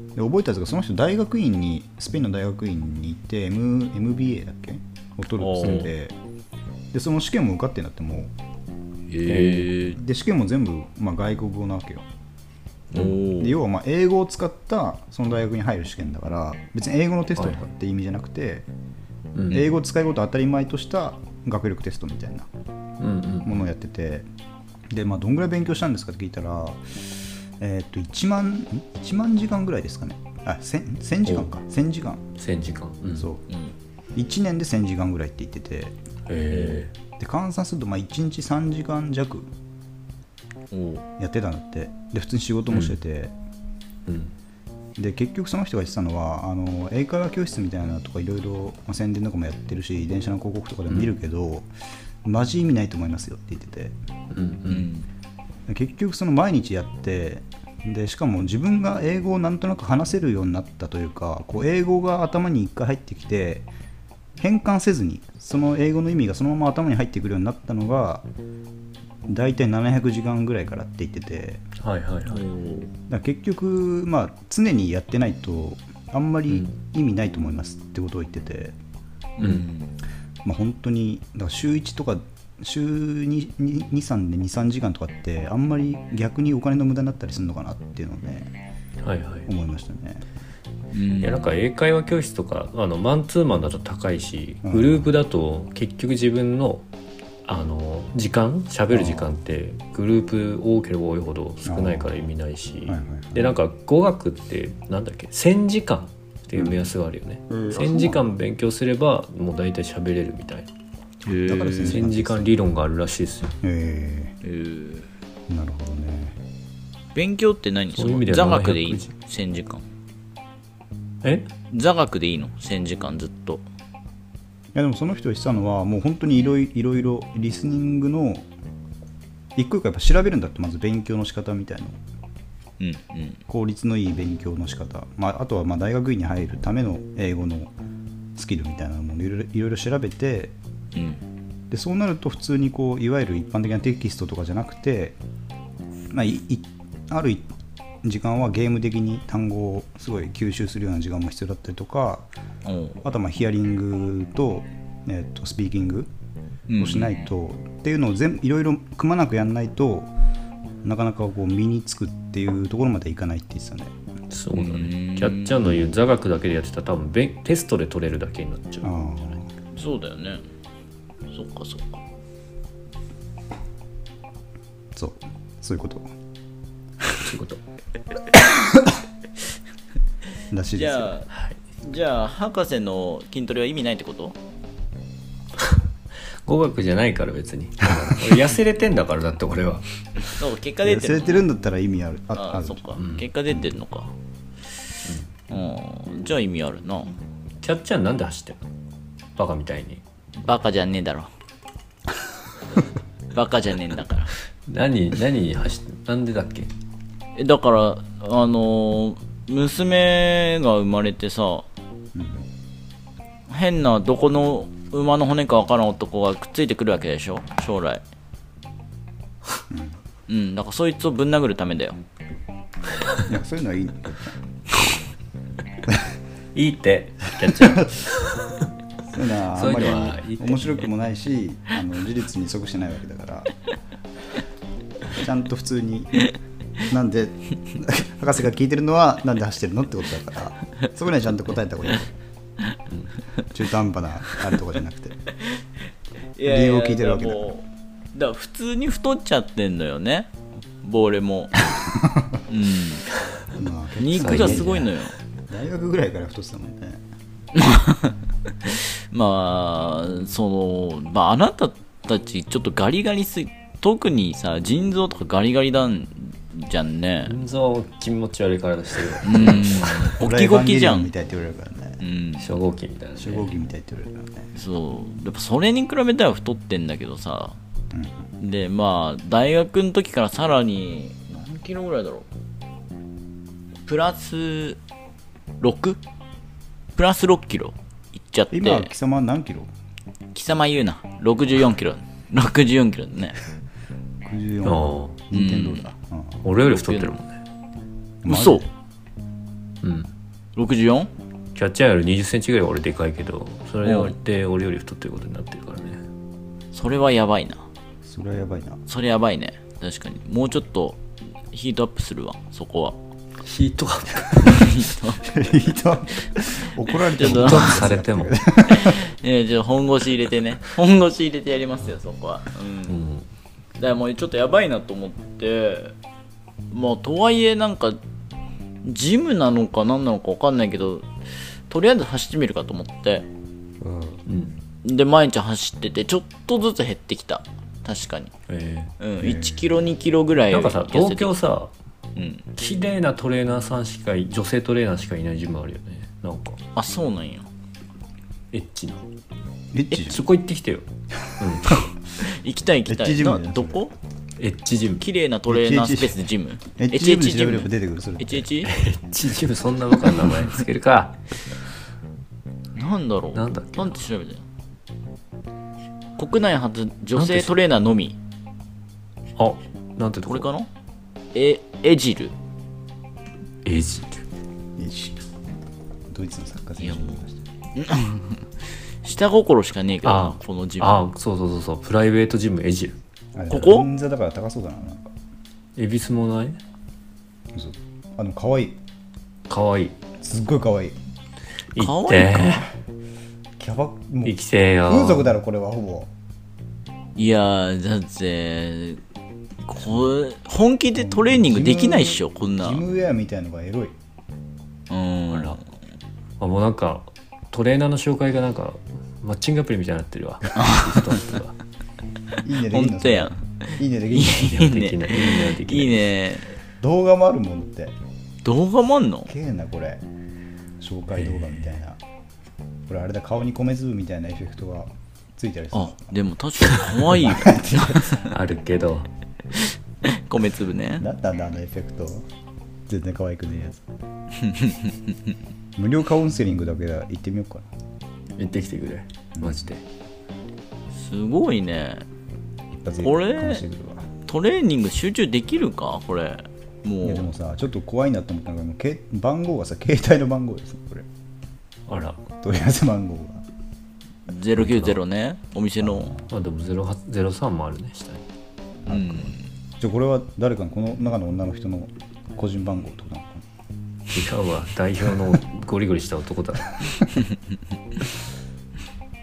で覚えたんですが、その人大学院にスペインの大学院に行って M エムビーエー だっけを取るとするんで、でその試験も受かってんだってもう。 へで試験も全部、まあ、外国語なわけよ。 で要はまあ英語を使ったその大学に入る試験だから、別に英語のテストとかって意味じゃなくて、はい、英語を使いこと当たり前とした学力テストみたいなものをやってて、で、まあ、どんぐらい勉強したんですかって聞いたら、えー、っといちまんいちまんじかんぐらいですかね。あ、せんじかんか、せんじかんせんじかん、うん、 そう、うん、いちねんでせんじかんぐらいって言ってて、 へーで換算するとまあいちにちさんじかん弱やってたんだって。で普通に仕事もしてて、 うんうん、で結局その人が言ってたのは、あの英会話教室みたいなのとかいろいろ宣伝とかもやってるし、電車の広告とかでも見るけど、うん、マジ意味ないと思いますよって言ってて、 うんうん、結局その毎日やって、でしかも自分が英語をなんとなく話せるようになったというか、こう英語が頭に一回入ってきて変換せずにその英語の意味がそのまま頭に入ってくるようになったのがだいたいななひゃくじかんぐらいからって言ってて、 はいはいはい、だから結局、まあ、常にやってないとあんまり意味ないと思いますってことを言ってて、 うんまあ、本当にだから週いちとか週に、に、さんでに、さんじかんとかってあんまり逆にお金の無駄になったりするのかなっていうのをね、 はいはい、 思いましたね。 うん、いやなんか英会話教室とかあのマンツーマンだと高いし、グループだと結局自分のあの時間喋る時間ってグループ多ければ多いほど少ないから意味ないし、はいはいはい、でなんか語学ってなんだっけせんじかんっていう目安があるよね、うん、せんじかん勉強すればもう大体喋れるみたいな、だからせんじかん理論があるらしいですよ。 へえー、 なるほどね。 勉強って何？ そういう意味では座学でいいせんじかん。 え座学でいいのせんじかんずっと。 いやでもその人が言ってたのはもう本当にいろいろリスニングの一個一個やっぱ調べるんだって。まず勉強の仕方みたいな、 うんうん、 効率のいい勉強の仕方、まあ、あとはまあ大学院に入るための英語のスキルみたいなものをいろいろ調べて、 うん、 でそうなると普通にこういわゆる一般的なテキストとかじゃなくて、まあ、いいある時間はゲーム的に単語をすごい吸収するような時間も必要だったりとか、あとはまあヒアリングと、えー、とスピーキングをしないと、うん、っていうのを全いろいろくまなくやらないとなかなかこう身につくっていうところまでいかないって言ってたね。 そうだね。キャッチャーの言う座学だけでやってたら多分テストで取れるだけになっちゃうんじゃない？ そうだよね。そっかそっか。 そうそういうことそういうことらしいですよ。 じゃあ、 じゃあ博士の筋トレは意味ないってこと？ 語学じゃないから別に俺痩せれてんだから。だって俺はそう結果出てるの。 痩せてるんだったら意味ある。あああるあそっか、 うん結果出てるのか、うん、じゃあ意味あるな。 キャッチャーなんで走ってんの？バカみたいに。 バカじゃねえだろバカじゃねえんだから。 何何走ってなんでだっけ？ えだからあのー娘が生まれてさ、変などこの馬の骨か分からん男がくっついてくるわけでしょ将来。うんだからそいつをぶん殴るためだよ。 いやそういうのはいいの。 いいってキャッチャーそういうのはあそういうんまりのはいいって面白くもないし、あの事実に即してないわけだからちゃんと普通になんで博士が聞いてるのはなんで走ってるのってことだからそこにはちゃんと答えた方がいい。中途半端なあるとかじゃなくていやいや理由を聞いてるわけだから。 もうだから普通に太っちゃってんのよねボーレもうんまあ結構肉がすごいのよ。 大学ぐらいから太ってたもんね。 まあそのまああなたたちちょっとガリガリすぎ、特にさ腎臓とかガリガリなんじゃんね。 腎臓気持ち悪い体してるよ。 うんゴキゴキじゃん。 オラエヴァンゲリオンみたいって言われるからね。 うん初号機みたいな、ね、 初号機みたいって言われるからね。 そうやっぱそれに比べたら太ってんだけどさ、うん、でまあ大学の時からさらに何キロぐらいだろう、プラス ろく? プラスろっキロいっちゃって。 今貴様何キロ？ 貴様言うな。ろくじゅうよんキロろくじゅうよんキロだね。 ろくじゅうよん。任天堂だ、うん、 俺より太ってるもんね。 嘘。 うんろくじゅうよん？ キャッチャーよりにじゅっセンチぐらい俺でかいけど、それで俺より太ってることになってるからね。 それはやばいな。 それはやばいな。 それやばいね。確かにもうちょっとヒートアップするわそこは。 ヒートアップヒートアップ怒られてもされてもえじゃあ本腰入れてね本腰入れてやりますよそこは。うん、うん、だからもうちょっとやばいなと思って、まあとはいえなんかジムなのか何なのか分かんないけど、とりあえず走ってみるかと思って、うん、で毎日走っててちょっとずつ減ってきた。確かに、えーうん、いちキロにキロぐらい。 なんかさ東京さ、 うん、 綺麗なトレーナーさんしかい女性トレーナーしかいないジムあるよね。なんかあそうなんや。 エッチなエッチそこ行ってきてよ、うん、 行きたい行きたい。などこ？ エッチジム。 綺麗なトレーナースペースジム。 エッチジムで調べれば出てくる。それエッチエッチ？ エッチジムそんなバカな名前つけるか。 なんだろう。 なんだっけ。 なんて調べてる？国内初女性トレーナーのみ。 あ、なんてとこれかな？えエジル。 エジル。 エジル。ドイツのサッカー選手もいました。 下心しかねえけどなこのジム。 あ、そうそうそうそうプライベートジムエジル。 ここ？ 銀座だから高そうだな。なんか恵比寿もない？ そう。あの可愛い。 可愛い。 すっごい可愛い。 行って。 キャバもう生きてよ。 風俗だろこれはほぼ。 いやだってこれ本気でトレーニングできないっしょこんな。 ジムウェアみたいのがエロい。 うん。 あら。あもうなんかトレーナーの紹介がなんかマッチングアプリみたいになってるわ。 いいねできんの？ 本当やん。 いいねできんの？ いいね。 いいね。 いいね。 動画もあるもんって。 動画もあんの？ けえなこれ。紹介動画みたいな。これあれだ顔に米粒みたいなエフェクトがついてる。 あでも確かに可愛いよ。 あるけど。 米粒ね。 なんだあのエフェクト。全然可愛くねえやつ。無料カウンセリングだけで行ってみようかな。行ってきてくれマジで。 すごいね。これトレーニング集中できるかこれ。もういやでもさちょっと怖いなと思ったのがもうけ番号がさ携帯の番号ですこれ。 あら問い合わせ番号がゼロきゅうゼロねお店の。 あでもゼロゼロさんもあるね下に。 うん。 じゃあこれは誰かのこの中の女の人の個人番号ってことなのかな。違うわ代表のゴリゴリした男だ。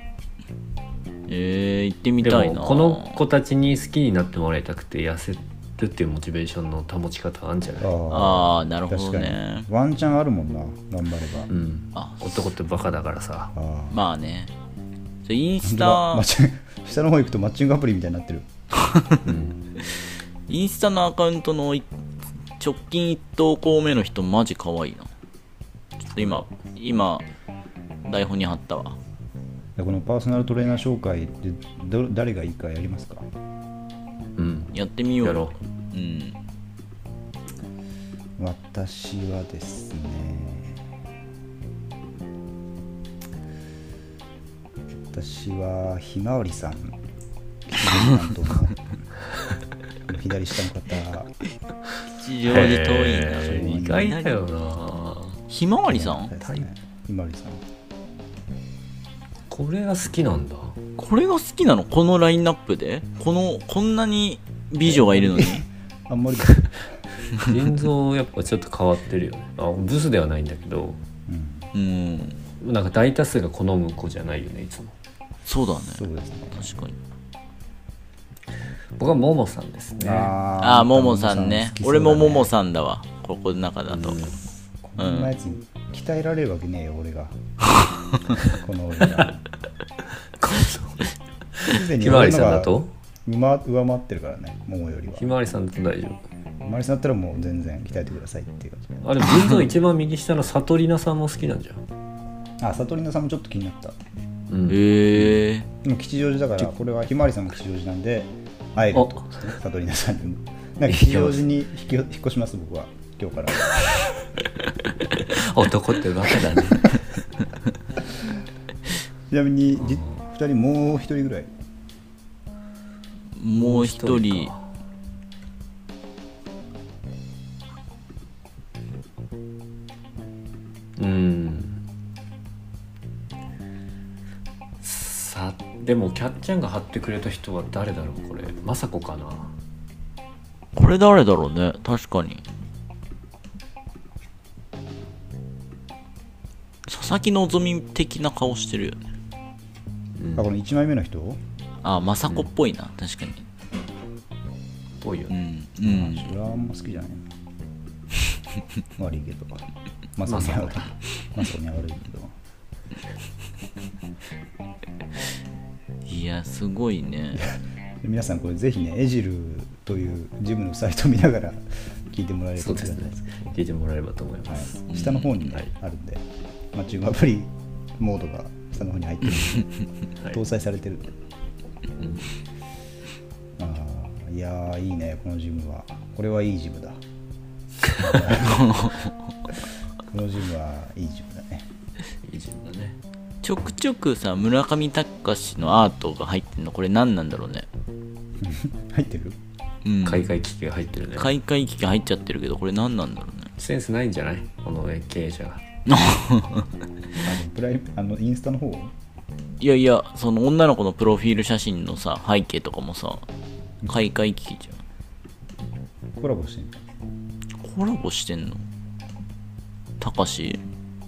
えー、行ってみたいな。 でもこの子たちに好きになってもらいたくて痩せるっていうモチベーションの保ち方あるんじゃない？ ああ、なるほど確かね。 にワンチャンあるもんな、頑張れば。 うん、 あ、 男ってバカだからさ。 あまあね。それインスタ、 マッチン下の方行くとマッチングアプリみたいになってる。 うん、 インスタのアカウントのい直近一投稿目の人マジ可愛いな。ちょっと今、今、台本に貼ったわ。 このパーソナルトレーナー紹介でど誰がいいかやりますか？ うん、 やってみようよ。 やろう。うん。 私はですね、私はひまわりさん、と左下の方。 吉祥寺遠いな。 へー意外だよな。 ひまわりさん、 ですね、ひまわりさん。 これが好きなんだ。 これが好きなの？このラインナップでこのこんなに美女がいるのにあんまり腎臓やっぱちょっと変わってるよね。あ、ブスではないんだけど、 うん、 なんか大多数が好む子じゃないよね、いつも。 そうだね。 そうですね。 確かに。 僕はももさんですね。 ああ、ももさんね。俺もももさんだわ、ここの中だと。 こんなやつに鍛えられるわけねえよ、俺が。この俺が。 ひまわりさんだと上回ってるからね、ももよりは。 ひまわりさんだと大丈夫。 ひまわりさんだったらもう全然鍛えてくださいっていう感じ。 あれ、分像一番右下のさとりなさんも好きなんじゃん。 あ、さとりなさんもちょっと気になった。 うん、 へえ。 でも吉祥寺だから、これはひまわりさんも吉祥寺なんで、会えるってことですね、さとりなさんにも。なんか吉祥寺に引き引っ越します、僕は、今日から。 男ってバカだね。 ちなみに、じふたりもうひとりぐらい。 もう一人。 うん。さ、でもキャッチャンが貼ってくれた人は誰だろう、これ。まさこかな。 これ誰だろうね、確かに。佐々木希的な顔してるよね。 うん、あ、このいちまいめの人？ あ、まさこっぽいな、うん、確かに。 ぽいよね。 うん。うん。 それはあんま好きじゃないな。悪いけど。まさには悪い。まさには悪いけど。 いや、すごいね。 皆さんこれぜひね、エジルというジムのサイトを見ながら聞いてもらえればと思います。 聞いてもらえればと思います。 はい、下の方に、ね、はい、あるんで、マッチングアプリモードが下の方に入ってる、はい、搭載されてるんで。うん、あいやー、いいね、このジムは。これはいいジムだ。このジムはいいジムだね。 いいジムだね。 ちょくちょくさ、村上隆のアートが入ってんの、これ何なんだろうね。 入ってる？ うん、 開会機器が入ってるね。 開会機器入っちゃってるけど、これ何なんだろうね。 センスないんじゃない、この経営者が。 あのプライあのインスタの方？ いやいや、その女の子のプロフィール写真のさ、背景とかもさ、開会機器じゃん。 コラボしてんの？ コラボしてんの？たかし。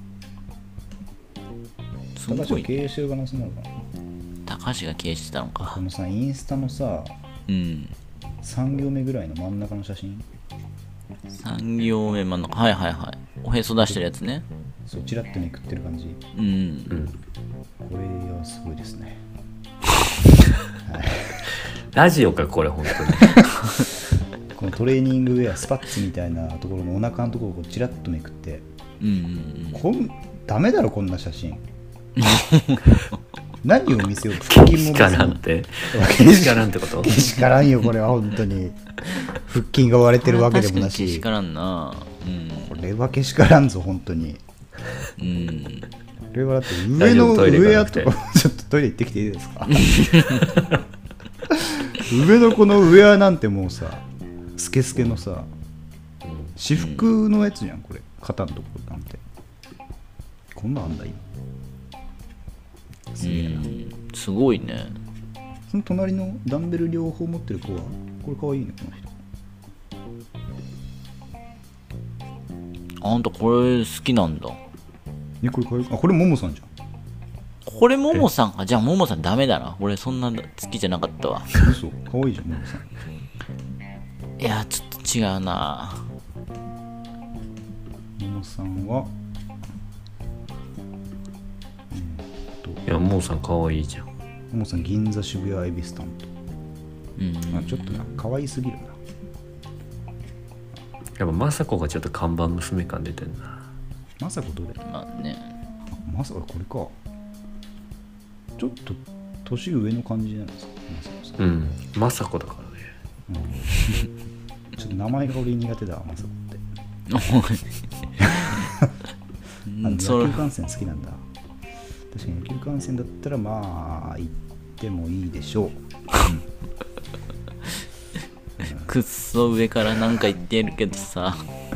すごい。高橋が経営してる可能性なのかな。 高橋が経営してたのか。 このさ、インスタのさ、 うん、 さん行目ぐらいの真ん中の写真。 さん行目真ん中、はいはいはい。おへそ出してるやつね。 そう、チラッとめくってる感じ。 うん、うん、 これはすごいですね。 はい、ラジオかこれ本当に。このトレーニングウェア、スパッツみたいなところのお腹のところをこうチラッとめくって、 うんうんうん、 こんダメだろこんな写真。何を見せようと。 けしからんってけしからんってこと？ けしからんよ、これは本当に。腹筋が割れてるわけでもなし。 けしからんな、うん、 これはけしからんぞ本当に。 うん、 これはだって上の上やとちょっとトイレ行ってきていいですか？上のこのウェアなんてもうさ、スケスケのさ、私服のやつじゃんこれ。肩のところなんてこんなんあんだ今。 すげえな、うん、すごいね。 その隣のダンベル両方持ってる子はこれかわいいね、この人。あんたこれ好きなんだ。 ね、これかわいい。あ、これモモさんじゃん。 これモモさんか。じゃあモモさんダメだな。俺そんな好きじゃなかったわ。 嘘、かわいいじゃんモモさん。 いやちょっと違うな。 ももさんは、 いやもうさんかわいいじゃん。 ももさん銀座渋谷恵比寿担当。うん、あちょっとな可愛すぎるな。 やっぱ雅子がちょっと看板娘感出てんな。 雅子どれ？ まあね。 まさかこれか。ちょっと年上の感じなんですか。 うん、雅子だからね。 うん、ちょっと名前が俺苦手だわ、雅子って。あの野球観戦好きなんだ。確かに野球観戦だったらまあ行ってもいいでしょう。 くっそ上からなんか言ってるけどさ。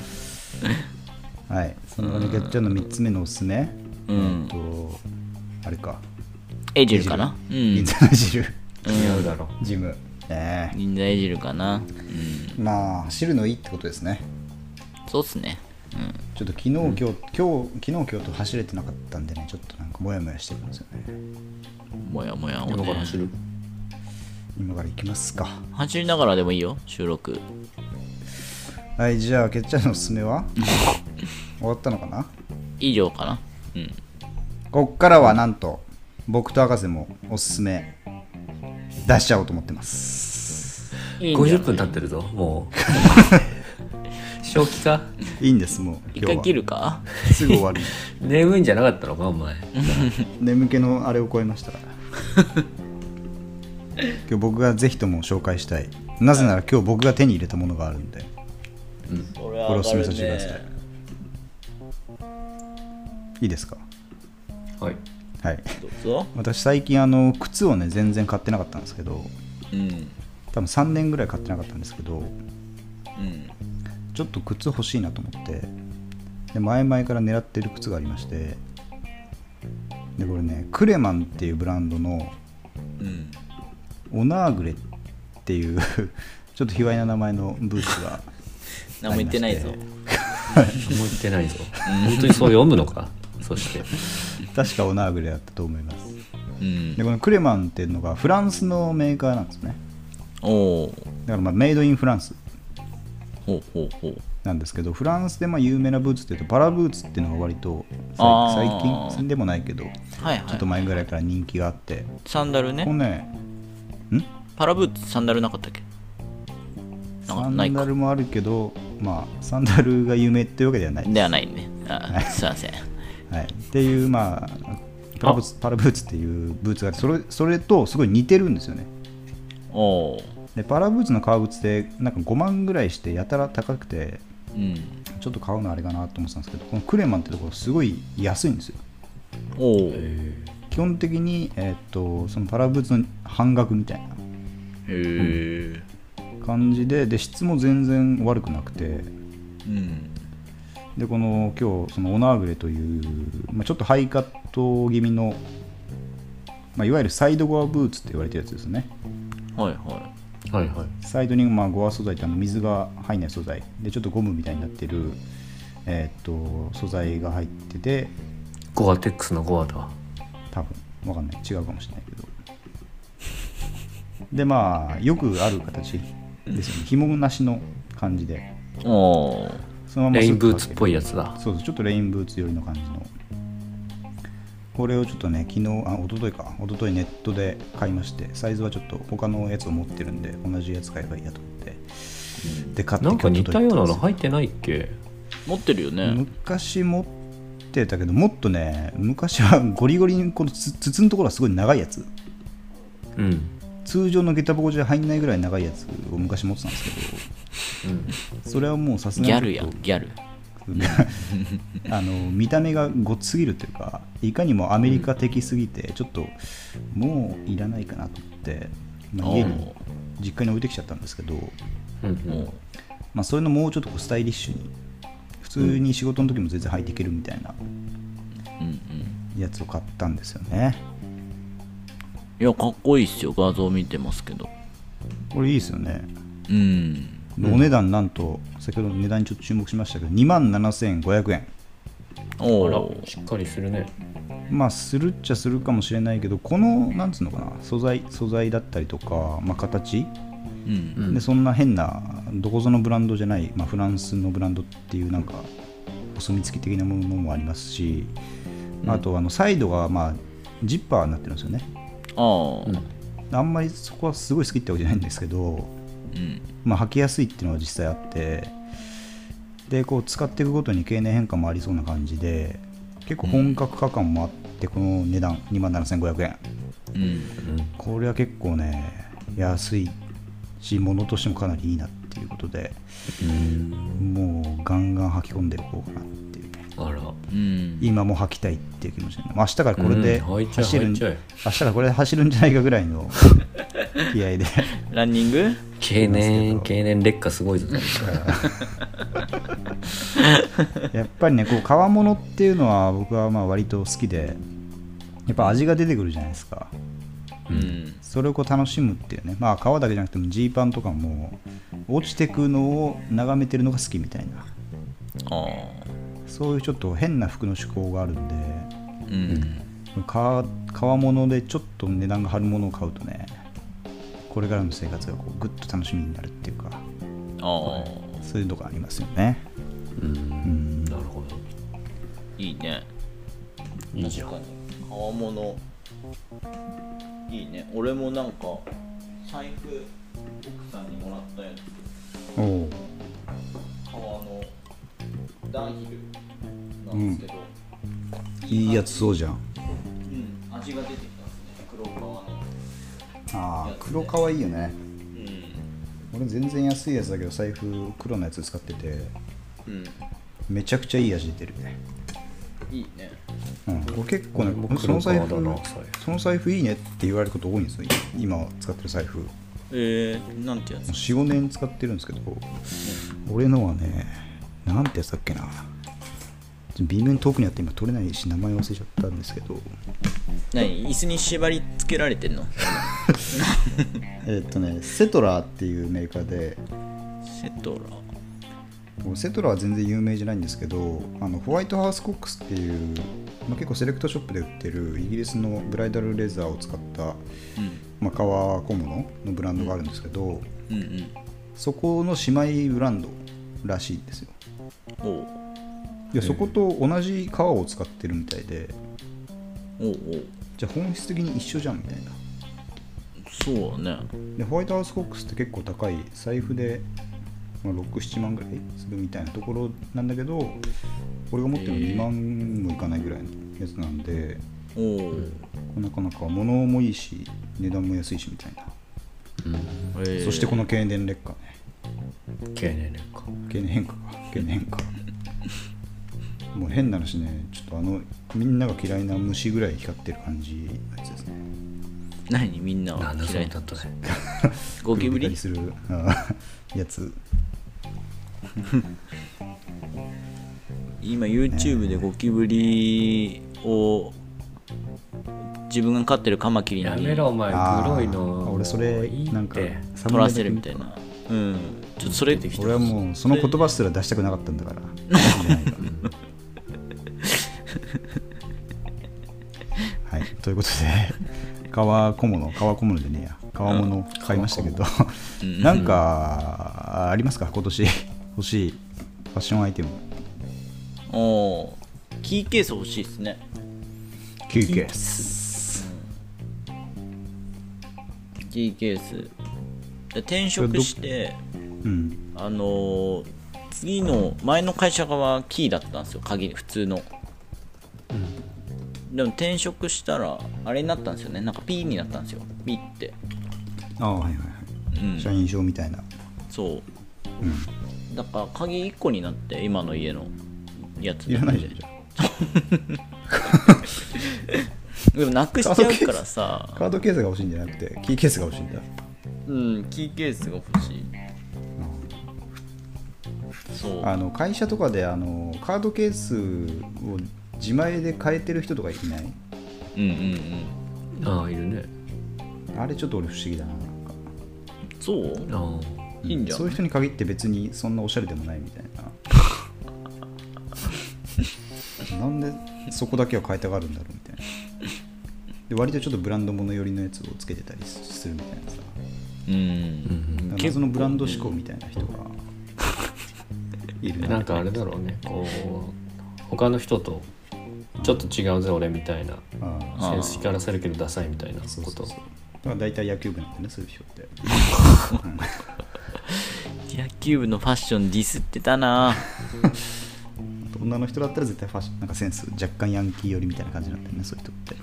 はい、そのね、キャッチャーのみっつめのおすすめ、 うん、 えっとあれかエジルかな。 銀座のエジル似合うだろジム、えー、 銀座エジルかな。 うん、まあ走るのいいってことですね。 そうっすね。うん、 ちょっと昨日、今日、今日、昨日今日と走れてなかったんでね、ちょっとなんかモヤモヤしてるんですよね。 モヤモヤをね。 今から走る？ 今から行きますか。 走りながらでもいいよ、収録。 はい、じゃあケッチャーのおすすめは終わったのかな。 以上かな。うん。 こっからはなんと僕と博士もおすすめ出しちゃおうと思ってます。 いいごじゅっぷん経ってるぞもう。正気か？ いいんです。もう一回切るか？ すぐ終わる。 眠いんじゃなかったのかお前。 眠気のあれを超えましたから。今日僕がぜひとも紹介したい、なぜなら今日僕が手に入れたものがあるんで、うん、これをおすすめさせてください。いいですか？ はい、 はい、 どうぞ。 私最近あの靴をね全然買ってなかったんですけど、 うん、 多分さんねんぐらい買ってなかったんですけど、 うん、 ちょっと靴欲しいなと思って、で前々から狙ってる靴がありまして、でこれねクレマンっていうブランドの、うん、オナーグレっていうちょっと卑猥な名前のブーツが何も言ってないぞ。 何も言ってないぞ。本当にそう読むのか。そして確かオナーグレだったと思います。 うん、 でこのクレマンっていうのがフランスのメーカーなんですね。 おだからまあメイドインフランスほうほうほうなんですけど、フランスでまあ有名なブーツっていうとパラブーツっていうのが割と最近でもないけど、はいはい、ちょっと前ぐらいから人気があって、 サンダルね。 このねんパラブーツサンダルなかったっけ？ サンダルもあるけど、まあサンダルが有名っていうわけではないではないね。あすいません。 はい、っていうまあパラブーツ、パラブーツっていうブーツがあって、それ、それとすごい似てるんですよね。 おでパラブーツの革靴ってなんかごまんぐらいしてやたら高くて、うん、ちょっと買うのあれかなと思ってたんですけど、このクレマンってところすごい安いんですよ。 お基本的に、えー、っとそのパラブーツの半額みたいなへ、 うん、感じで、で質も全然悪くなくて、うん、でこの今日そのオナーグレという、まあ、ちょっとハイカット気味の、まあ、いわゆるサイドゴアブーツって言われてるやつですね。 はいはいはいはい、 サイドにまあゴア素材ってあの水が入らない素材でちょっとゴムみたいになってる、えー、っと素材が入ってて、 ゴアテックスのゴアだ多分わかんない、違うかもしれないけどでまあよくある形ですよね。紐なしの感じで、 おそのままレインブーツっぽいやつだ。 そうそう、ちょっとレインブーツ寄りの感じの、これをちょっとね昨日あ一昨日か一昨日ネットで買いまして、サイズはちょっと他のやつを持ってるんで同じやつ買えばいいやと思って、 うん、で買ってなんか似たようなの入ってないっけ？ 持ってるよね。 昔持ってたけど、もっとね昔はゴリゴリにこの筒のところはすごい長いやつ、 うん、 通常の下駄箱じゃ入んないぐらい長いやつを昔持ってたんですけど、うん、それはもうさすがにギャルやギャルあの見た目がごっつすぎるというか、いかにもアメリカ的すぎて、ちょっともういらないかなと思って、まあ、家に実家に置いてきちゃったんですけど、うん、まあ、それのもうちょっとこうスタイリッシュに普通に仕事の時も全然履いていけるみたいなやつを買ったんですよね。 いやかっこいいっすよ。画像見てますけどこれいいですよね。 うん、 お値段なんと先ほどの値段にちょっと注目しましたけどにまんななせんごひゃくえん。 おらしっかりするね。 まあするっちゃするかもしれないけど、このなんつうのかな、素材素材だったりとか、まあ、形うん、 でそんな変などこぞのブランドじゃない、まあ、フランスのブランドっていうなんかお墨付き的なものもありますし、うん、あとあのサイドがまあジッパーになってるんですよね。 あ、 うん、あんまりそこはすごい好きってわけじゃないんですけど、うん、まあ、履きやすいっていうのは実際あって、でこう使っていくごとに経年変化もありそうな感じで結構本格化感もあって、この値段 にまんななせんごひゃくえん、うん、これは結構ね安いし物としてもかなりいいなっていうことで、うん、もうガンガン履き込んでいこうかなっていうね。 あら、 うん、今も履きたいっていう気持ちで、明日からこれで走る、うん、明日からこれで走るんじゃないかぐらいの気合でランニング経年経年劣化すごいぞやっぱりねこう革物っていうのは僕はまあ割と好きで、やっぱ味が出てくるじゃないですか。うん、それをこう楽しむっていうね、まあ革だけじゃなくてもジーパンとかも落ちてくのを眺めてるのが好きみたいな、あ、そういうちょっと変な服の趣向があるんで、うん、革物でちょっと値段が張るものを買うとね、これからの生活がこうぐっと楽しみになるっていうか、あ、そういうのがありますよね。 うん、うん、なるほど。 いいね。 いいじゃん。 革物いいね。俺もなんか財布奥さんにもらったやつ、お革のダンヒルなんですけど、 うん、いいやつそうじゃん。 うん、味が出てきたんですね。黒革の。 ああ、黒革いいよね。うん、俺全然安いやつだけど財布黒のやつ使ってて、うん、めちゃくちゃいい味出てるね。 いいね。 うん、これ結構ね、僕その財布その財布いいねって言われること多いんですよ。今使ってる財布。 えー、なんてやつよん,ご 年使ってるんですけど、うん、俺のはね、なんてやつだっけな。微妙に遠くにあって今取れないし名前忘れちゃったんですけど。 何、椅子に縛り付けられてんのえっとね、セトラっていうメーカーで。 セトラセトラは全然有名じゃないんですけど、あのホワイトハウスコックスっていう、まあ、結構セレクトショップで売ってるイギリスのブライダルレザーを使った、うん、まあ、革小物のブランドがあるんですけど、うんうんうん、そこの姉妹ブランドらしいんですよ。おう、いや、そこと同じ革を使ってるみたいで、おうおう、じゃあ本質的に一緒じゃんみたいな。 そうだね。 でホワイトハウスコックスって結構高い財布でろく、ななまんぐらいするみたいなところなんだけど、俺が持ってるのにまんもいかないぐらいのやつなんで、えー、なかなか物もいいし値段も安いしみたいな、うん、えー、そしてこの経年劣化ね。 経年劣化経年変化か経年変化もう変な話ね、ちょっとあのみんなが嫌いな虫ぐらい光ってる感じのやつですね。 何みんなは嫌いだったねゴキブリするやつ今 YouTube でゴキブリを自分が飼ってるカマキリにやめろお前黒いの。 俺それなんか取らせるみたいな。うん、ちょっとそれ俺はもうその言葉すら出したくなかったんだからはい、ということで革小物革小物でねや革物買いましたけど、うん、なんかありますか今年欲しいファッションアイテム。 おー、キーケース欲しいですね。 キーケース、 うん、キーケースで転職して、うん、あのー、次の前の会社はキーだったんですよ、鍵普通の、うん、でも転職したらあれになったんですよね、なんかピーになったんですよ、ピーって。 ああ、はいはいはい、うん、社員証みたいな。 そう、うん、だから鍵いっこになって今の家のやついらないじゃんじゃでもなくしちゃうからさ。 カードケースが欲しいんじゃなくてキーケースが欲しいんだ。 うん、キーケースが欲しい、 うん、そうあの会社とかであのカードケースを自前で変えてる人とかいない？ うんうんうん。 ああ、いるね。 あれちょっと俺不思議だな、なんか。 そう？ああ、いいんじゃん。 そういう人に限って別にそんなおしゃれでもないみたいななんでそこだけは変えたがるんだろうみたいな。 で割とちょっとブランド物寄りのやつをつけてたりするみたいなさ、 うん、 なんかそのブランド志向みたいな人がいるね。 なんかあれだろうね、こう他の人とちょっと違うぜ俺みたいな、センス光らせるけどダサいみたいなこと。そうそうそう、 だから大体野球部なんでね、そういう人って野球部のファッションディスってたな女の人だったら絶対ファッションなんかセンス若干ヤンキー寄りみたいな感じなんだよね、そういう人って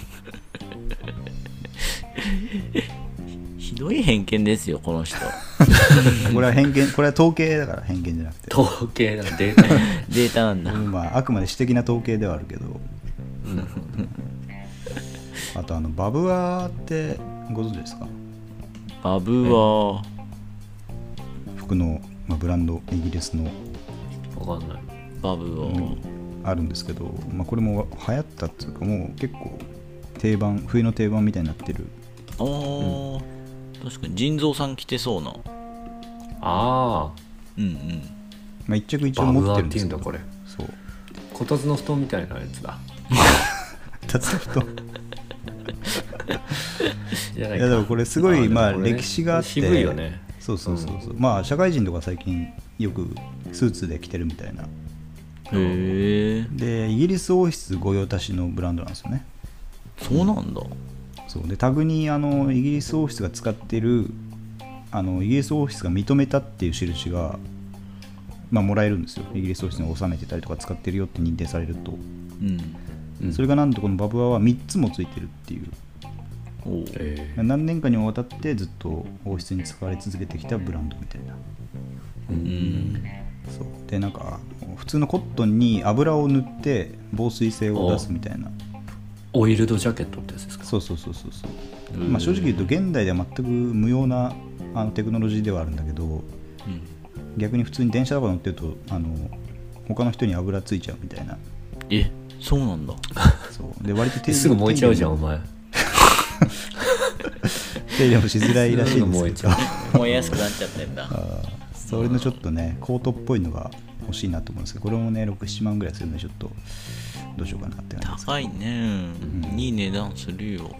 ひどい偏見ですよこの人これは偏見、これは統計だから偏見じゃなくて統計なんデータデータなんだ、 まあ、あくまで私的な統計ではあるけど、うん、あとあのバブアーってご存知ですか？ バブアー服の、まあ、ブランド、イギリスのわかんないバブアーあるんですけど、まあ、これも流行ったっていうかもう結構定番、冬の定番みたいになってる。 ああ、うん、確かに腎臓さん着てそうな。 ああ、 うんうん。 まあ、一着一応持ってるんですけど、 バブアーっていうんだこれ。 そう。 こたつの布団みたいなやつだ。 こたつの布団。 じゃないか。 いやでもこれすごい、まあね、 歴史があって、 渋いよね。 そうそうそうそう、うん、まあ社会人とか最近よくスーツで着てるみたいな。 へえ。 でイギリス王室御用達のブランドなんですよね。 そうなんだ。 そうでタグにあのイギリス王室が使っているあのイギリス王室が認めたっていう印が、まあ、もらえるんですよ。イギリス王室に収めてたりとか使ってるよって認定されると、 うんうん、それがなんとこのバブアーはみっつもついてるっていう、 お、 えー、何年かにわたってずっと王室に使われ続けてきたブランドみたいな、 うん、 そうでなんか普通のコットンに油を塗って防水性を出すみたいな。 オイルドジャケットってやつですか？ そうそうそうそうそう、まあ、正直言うと現代では全く無用なあのテクノロジーではあるんだけど、うん、逆に普通に電車とか乗ってるとあの他の人に油ついちゃうみたいな。 え、そうなんだ。 そうで割と手すぐ燃えちゃうじゃんお前。 手入れもしづらいらしいんですけど燃えやすくなっちゃってんだ。 あそれのちょっとねコートっぽいのが欲しいなと思うんですけど、これもねろく、ななまんぐらいするのでちょっとどうしようかなって感じです。 高いね、うん、いい値段するよ。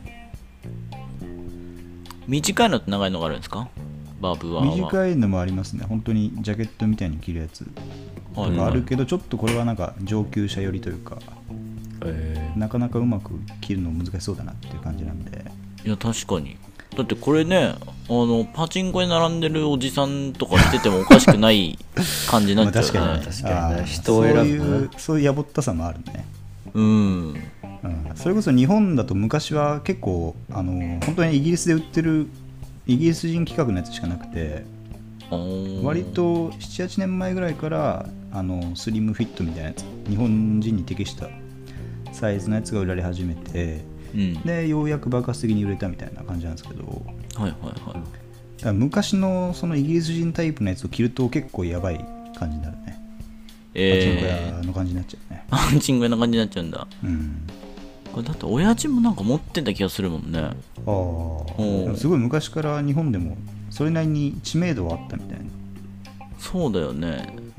短いのと長いのがあるんですか？バブアーは短いのもありますね。本当にジャケットみたいに着るやつとかあるけど、ちょっとこれはなんか上級者寄りというか、えー、なかなかうまく着るの難しそうだなっていう感じなんで。 いや確かに、だってこれね、あのパチンコに並んでるおじさんとか着ててもおかしくない感じになっちゃうね。 まあ確かに、確かにね、人を選ぶそういうそういうやぼったさもあるね。 うん、うん、 それこそ日本だと昔は結構あの本当にイギリスで売ってるイギリス人規格のやつしかなくて、割となな、はちねんまえぐらいからあのスリムフィットみたいなやつ、日本人に適したサイズのやつが売られ始めて、うん、でようやく爆発的に売れたみたいな感じなんですけど、 はいはいはい、だから昔のそのイギリス人タイプのやつを着ると結構やばい感じになるね。 えー、 パチンコ屋の感じになっちゃうね。 パチンコ屋の感じになっちゃうんだ。うん、これだって親父もなんか持ってた気がするもんね。ああ、すごい昔から日本でもそれなりに知名度はあったみたいな。 そうだよね。うん。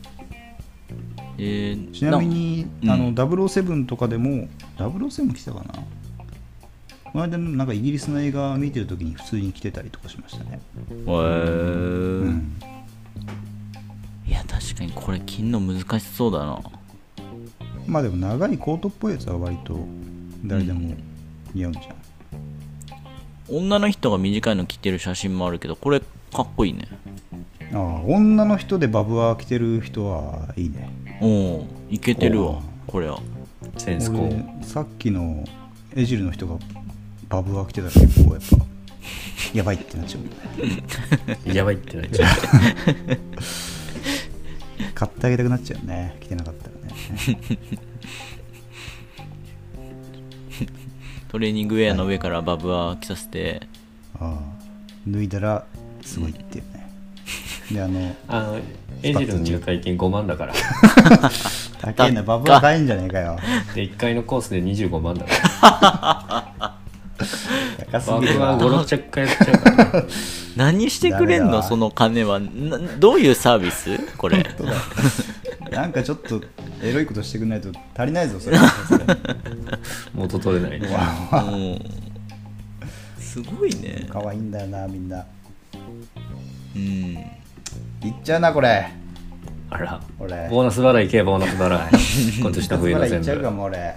えー、ちなみにな、うん、あのダブルオーセブンとかでもダブルオーセブン来たかな。この間なんかイギリスの映画見てるときに普通に来てたりとかしましたね。へえー、 うん。いや確かにこれ着んの難しそうだな。 まあでも長いコートっぽいやつは割と誰でも似合うんじゃん、 うん、女の人が短いの着てる写真もあるけどこれかっこいいね。 ああ、女の人でバブアー着てる人はいいね。 おお、いけてるわこれは。 センスコさっきのエジルの人がバブアー着てたら結構やっぱやばいってなっちゃうもんね。やばいってなっちゃう買ってあげたくなっちゃうね、着てなかったらね。 トレーニングウェアの上からバブアー着させて、 はい、ああ脱いだらすごいっていうね、うん、であのあのエジルの入会金ごまんだから高いな、バブアー買えんじゃねえかよ。 でいっかいのコースでにじゅうごまんだからバブアーご、ろっちゃくやっちゃうから何してくれんのその金は。などういうサービスこれ。 なんかちょっとエロいことしてくんないと足りないぞそれ元取れないねすごいね。 可愛いんだよなみんな。 うん。 いっちゃうなこれ。 あら俺ボーナス払い行けボーナス払い今年の冬の全いっちゃうか部も俺。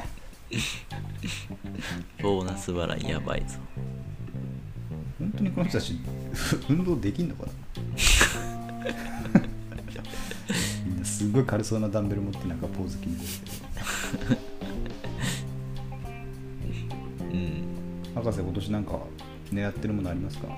ボーナス払いやばいぞ。 本当にこの人たち運動できんのかなみんなすごい軽そうなダンベル持ってなんかポーズ決めてるけどうん博士今年なんか狙ってるものありますか？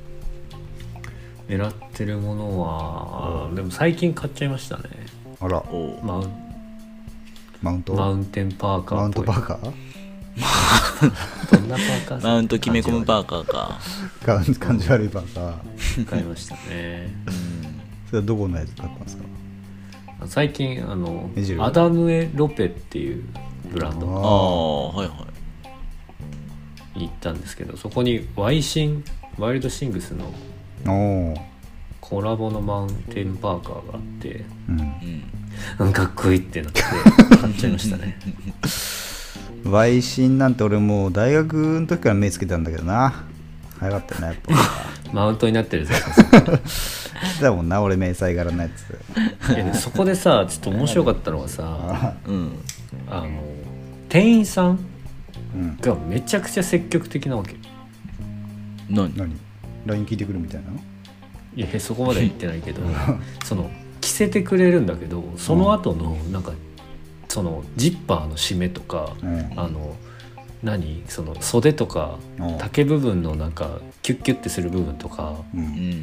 狙ってるものはでも最近買っちゃいましたね。 あらマウンマウントマウンテンパーカーマウントパーカーどんなパーカーマウント決め込むパーカーか。 感じ悪いパーカー買いましたね、うん、 それはどこのやつ買ったんですか？ 最近あのアダムエ・ロペっていうブランドああはいはいに行ったんですけど、そこにワイシンワイルドシングスのコラボのマウンテンパーカーがあって、うんうん、かっこいいってなって買っちゃいましたねワイシンなんて俺もう大学の時から目つけたんだけどな。早かったよなやっぱマウントになってるぜだもんな俺迷彩柄のやつ。 いや、ね、そこでさちょっと面白かったのがさうん、あの店員さんがめちゃくちゃ積極的なわけ。 何何 ライン 聞いてくるみたいなの？ いやそこまでは言ってないけどその着せてくれるんだけどその後のなんかそのジッパーの締めとか、うん、あの何その袖とか丈部分のなんかキュッキュッてする部分とか、うん、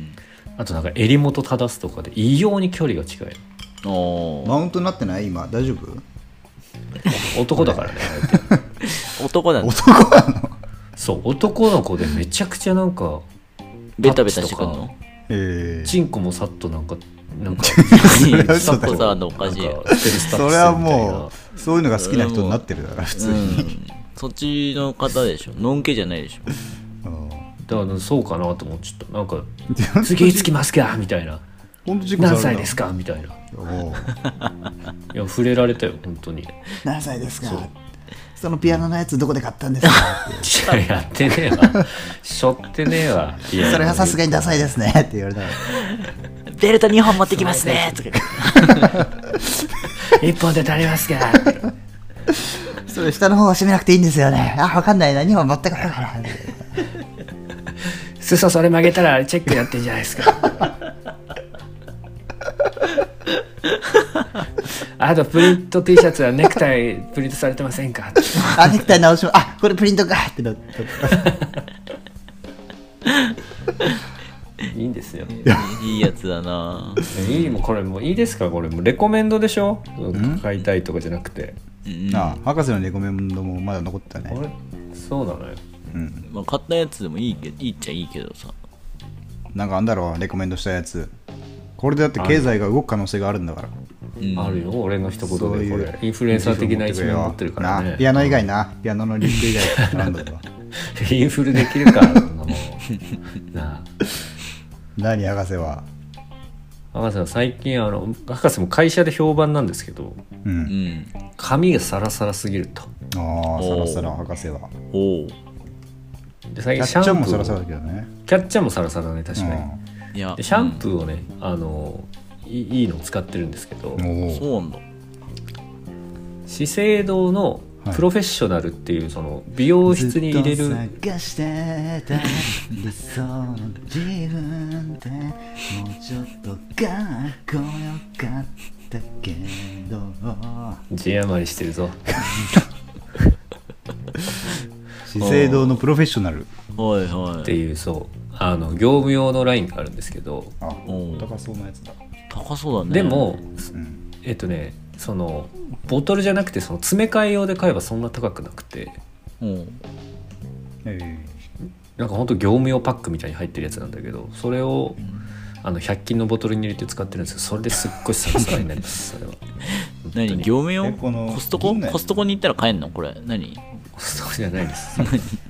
あとなんか襟元正すとかで異様に距離が近い。 マウントになってない今大丈夫？ 男だからね男なんだ。 男なの？ そう男の子でめちゃくちゃなんかベタベタしてくんの？ えー、チンコもさっとなんかなんかサッコさんのおかしい。 それはもうそういうのが好きな人になってるから普通に、うん、 そっちの方でしょ。のんけじゃないでしょ。 だからそうかなと思っちゃった。なんか次いつ来ますかみたいな。何歳ですかみたいな。いや触れられたよ本当に。 何歳ですか。そのピアノのやつどこで買ったんですかってやってねえわしょってねえわ。いやそれはさすがにダサいですねって言われたらベルトにほん持ってきますねとかいっぽんで足りますかそれ下の方は閉めなくていいんですよね。あ分かんないなにほん持ってこようかな裾それ曲げたらチェックやってんじゃないですかあとプリント T シャツはネクタイプリントされてませんかあネクタイ直しもあこれプリントかってなっていいんですよ。 いいやつだな。 いいもうこれもういいですか。これもうレコメンドでしょ。買いたいとかじゃなくて、 うん、ああ博士のレコメンドもまだ残ってたね。 あれそうなのよ、 うんまあ、買ったやつでもいいけどいいっちゃいいけどさ。 なんかあんだろうレコメンドしたやつ。これでだって経済が動く可能性があるんだから。 うん、あるよ俺の一言でこれインフルエンサー的な一面持ってるからね。 ピアノ以外なピアノのリスク以外なんだろうインフルできるかそんなもんなあ。 何博士は博士は最近あの博士も会社で評判なんですけど、うん、髪がサラサラすぎると。 ああサラサラ博士は。 おで最近キャッチャーもサラサラだけどね。 キャッチャーもサラサラだね確かに、うん、いやでシャンプーをね、うん、あのいいいのを使ってるんですけど。 そうなんだ。 資生堂のプロフェッショナルっていうその美容室に入れるずっと探してた理想の自分でもうちょっとかっこよかったけど字余りしてるぞ資生堂のプロフェッショナルはいはいっていうそうあの業務用のラインがあるんですけど。 あ高そうなやつだ。 高そうだね。 でも、うん、えっとねそのボトルじゃなくてその詰め替え用で買えばそんな高くなくて、うん、えー、なんかほんと業務用パックみたいに入ってるやつなんだけどそれを、うん、あのひゃく均のボトルに入れて使ってるんですけどそれですっごいサラサラになりますそれは。 何業務用コストココストコに行ったら買えんのこれ何コストコじゃないです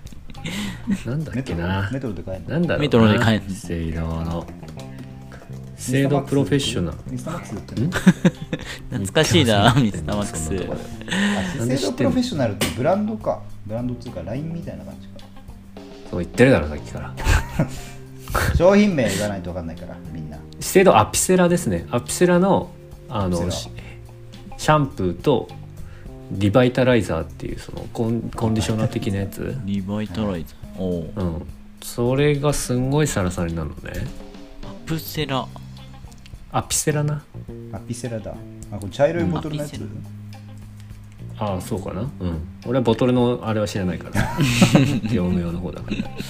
なんだっけなメトロで買えんのなんだろうなメトロで買えんの資生堂の資生堂プロフェッショナル。 ミスターマックス売ってる。 懐かしいなミスターマックス。 あ、資生堂プロフェッショナルってブランドか。ブランドっていうかラインみたいな感じか。 そう言ってるだろさっきから商品名言わないと分かんないからみんな。 資生堂アピセラですね。アピセラのあのシャンプーとリバイタライザーっていうそのコン、コンディショナー的なやつ。 リバイタライザー、おう、 うん、それがすんごいサラサラになるのね。 アプセラ、 アピセラな。 アピセラだ。あ、これ茶色いボトルのやつ、うん、 ああそうかな。うん俺はボトルのあれは知らないから業務用の方だ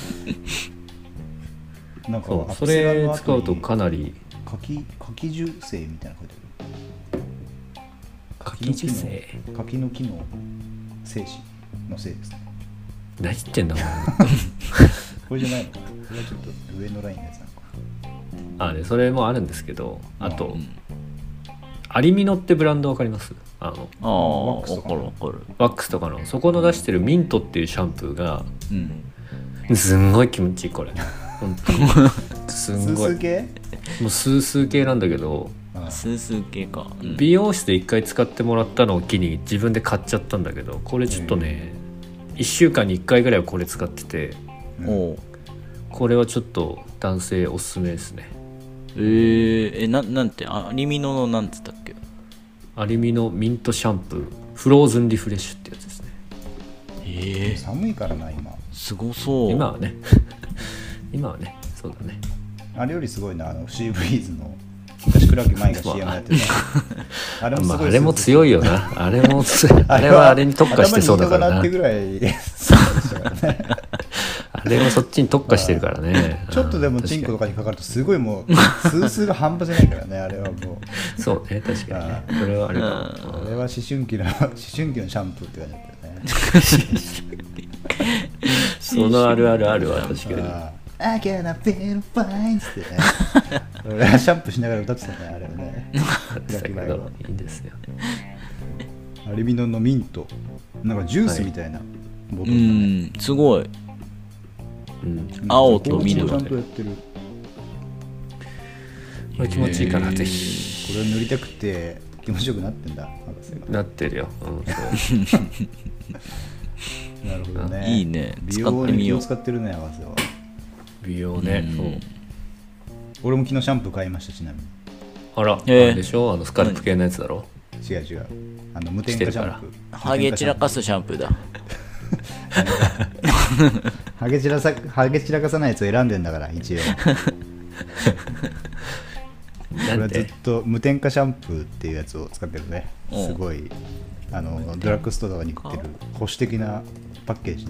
からなんかそうそれ使うとかなり柿柿樹精みたいなの書いてある。 柿樹精、 柿の木の精子の精ですね。 何言ってんだお前これじゃないのかな。これはちょっと上のラインのやつなのかな。あでそれもあるんですけど、あと、 うん、 アリミノってブランドわかります？あのああわかるわかる。 ワックスとかのそこの出してるミントっていうシャンプーが、 うん、 すんごい気持ちいいこれ本当にすんごいスースー系？ もうスースー系なんだけど、 スースー系か、 うん、美容室で一回使ってもらったのを機に自分で買っちゃったんだけど、これちょっとね、いっしゅうかんにいっかいぐらいはこれ使ってて、 うん、 これはちょっと男性おすすめですね。 えー、えななんてアリミノのなんつったっけ？ アリミノミントシャンプーフローズンリフレッシュってやつですね。 えー、 寒いからな今。 すごそう。 今はね今はねそうだね。 あれよりすごいな、あのシーブリーズの昔倉木舞が シーエム やってたあれもすごい、 まあ、あれも強いよなあれもあれはあれに特化してそうだからな。 頭に糸が鳴ってぐらいあれもそっちに特化してるからね。 ちょっとでもチンコとかにかかるとすごいもうスースーが半端じゃないからねあれはもうそうね確かにね。それはあれかも。 あれは思春期の思春期のシャンプーって感じだったよねそのあるあるあるは確かに。 I gonna feel fine ってね俺はシャンプーしながら歌ってたねあれはねだけどいいんですよ。 アリミノのミントなんかジュースみたいなボトルだね、 うんすごい、うん、青と緑ちゃんとやってる。 これ気持ちいいからぜひ。 これを塗りたくて気持ちよくなってんだ博士が。 なってるよ、うん、 なるほどね。 いいね。 美容に気を使ってるね博士は。 美容ね、うん、そう俺も昨日シャンプー買いました。ちなみにあら、えー、あれでしょあのスカルプ系のやつだろ。 違う違うあの無添加シャンプー。 ハゲ散らかすシャンプーだハゲ散らさハゲ散らかさないやつを選んでんだから一応これはずっと無添加シャンプーっていうやつを使ってるね。すごいあのドラッグストアとかに売ってる保守的なパッケージの。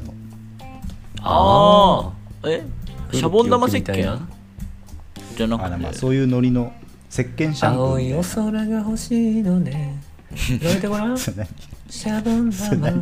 ああえシャボン玉石鹸じゃなくて、 まあ、そういうノリの石鹸シャンプー。 青いお空が欲しいのねどいてごらんシャボン玉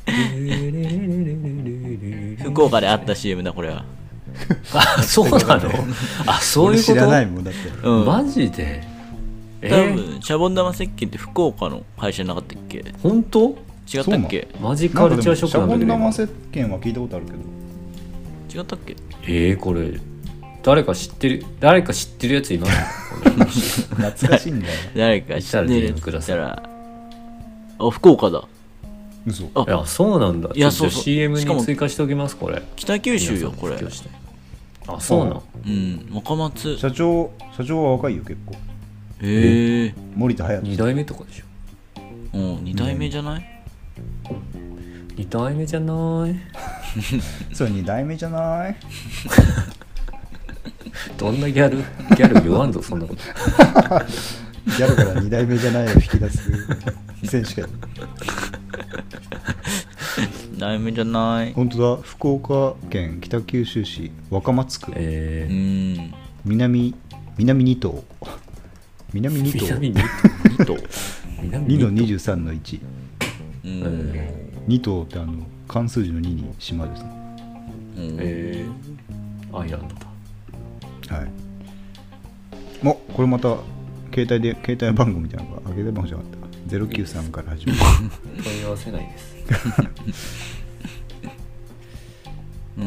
福岡であった シーエム だこれは。 あそうなのあそういうこと。 知らないもんだって、 うん、マジで、 えー、多分シャボン玉石鹸って福岡の会社なかったっけ。 本当違ったっけ。 マジカルチャーショックなんだけど。 シャボン玉石鹸は聞いたことあるけど違ったっけ。 えー、これ誰か知ってる誰か知ってるやついます懐かしいんだよ誰か知ってるやつください。 あ福岡だ。 嘘。 あいやそうなんだ。 いやそうそうシーエム に追加しておきますこれ。 北九州よこれ。 あそうなの。 うん若松社長社長は若いよ結構。 へえ森田隼人に代目とかでしょ。 うんに代目じゃない、 に代目じゃないそれに代目じゃないどんなギャルギャル言わんぞそんなことギャルからに代目じゃないを引き出す選手権。 代目じゃない。 本当だ。福岡県北九州市若松区、 えー、 うん南南二島南二島南二島にのにじゅうさんのいち、 うん、 に島ってあの漢数字のにに島ですね。 えー、アイランドだ。 はい。もうこれまた携帯で携帯番号みたいなのが携帯番号じゃなかったゼロきゅうさんから始まる問い合わせないですうーん、うん、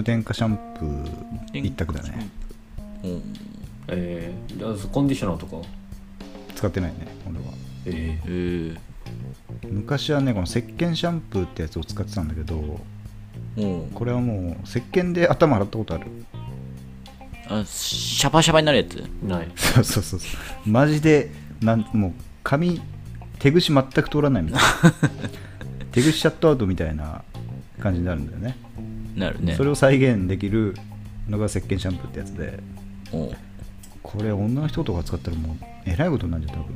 俺は無添加シャンプー一択だね。 うんえー、コンディショナーとか使ってないね俺は。 えー、 昔はねこの石鹸シャンプーってやつを使ってたんだけど、うん、これはもう石鹸で頭洗ったことある？ あ、シャバシャバになるやつない。そうそうそうそう、マジでなんもう髪手ぐし全く通らないみたいな手ぐしシャットアウトみたいな感じになるんだよね。 なるね。 それを再現できるのが石鹸シャンプーってやつで、おこれ女の人とか使ったらもうえらいことになるんじゃん多分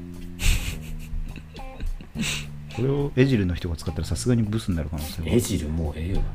これをエジルの人が使ったらさすがにブスになる可能性は。 エジルもうええよ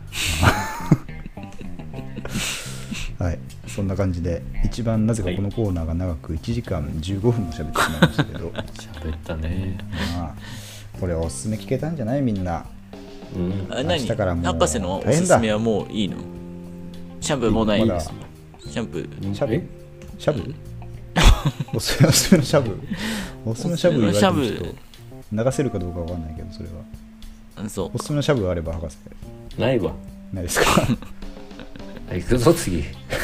はい、そんな感じで一番なぜかこのコーナーが長くいちじかんじゅうごふんも喋ってしまいましたけど喋ったね。 まあこれおすすめ聞けたんじゃないみんな、 うん、あ何博士のおすすめはもういいの？シャンプーもうないです。シャンプーシャブシャブおすすめのシャブおすすめのシャブ言われてもちょっと流せるかどうかわかんないけど、それはそうおすすめのシャブがあれば博士ないわ。 ないですか行くぞ次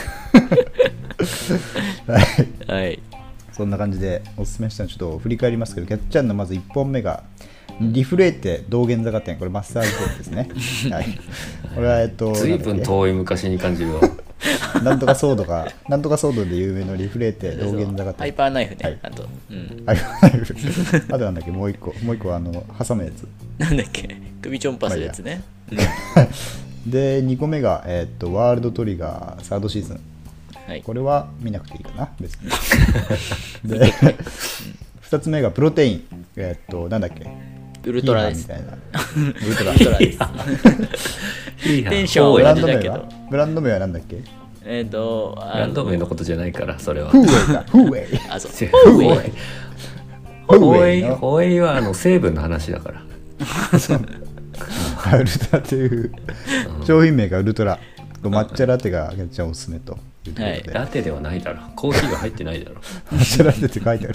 はい、 はい、 そんな感じでおすすめしたのちょっと振り返りますけど、キャッチャンのまずいっぽんめがリフレーテ道玄坂店、これマッサージ店ですねはい、これはえっと随分遠い昔に感じるわなんとかソードがなんとかソードで有名のリフレーテ道玄坂店、 ハイパーナイフね、はい、あと、 うん、ハイパーナイフあとなんだっけもう一個もう一個あの挟むやつなんだっけ首ちょんぱするやつね、まあでにこめが、えー、っとワールドトリガーサードシーズン、はい、これは見なくていいかな別にでふたつめがプロテイン、えー、っとなんだっけウルトラですみたいなウルトラウルトラですテンションは同じだけどブランド名はなんだっけ？ えっ、ー、とブランド名のことじゃないからそれはフーウェイだフーウェイあそうフーウェイフーウェイフーウェイはあの成分の話だからウルトラという商品名がウルトラ、抹茶ラテがキャッチャーおすすめということで、はい、 ラテではないだろ、コーヒーが入ってないだろ抹茶ラテって書いてある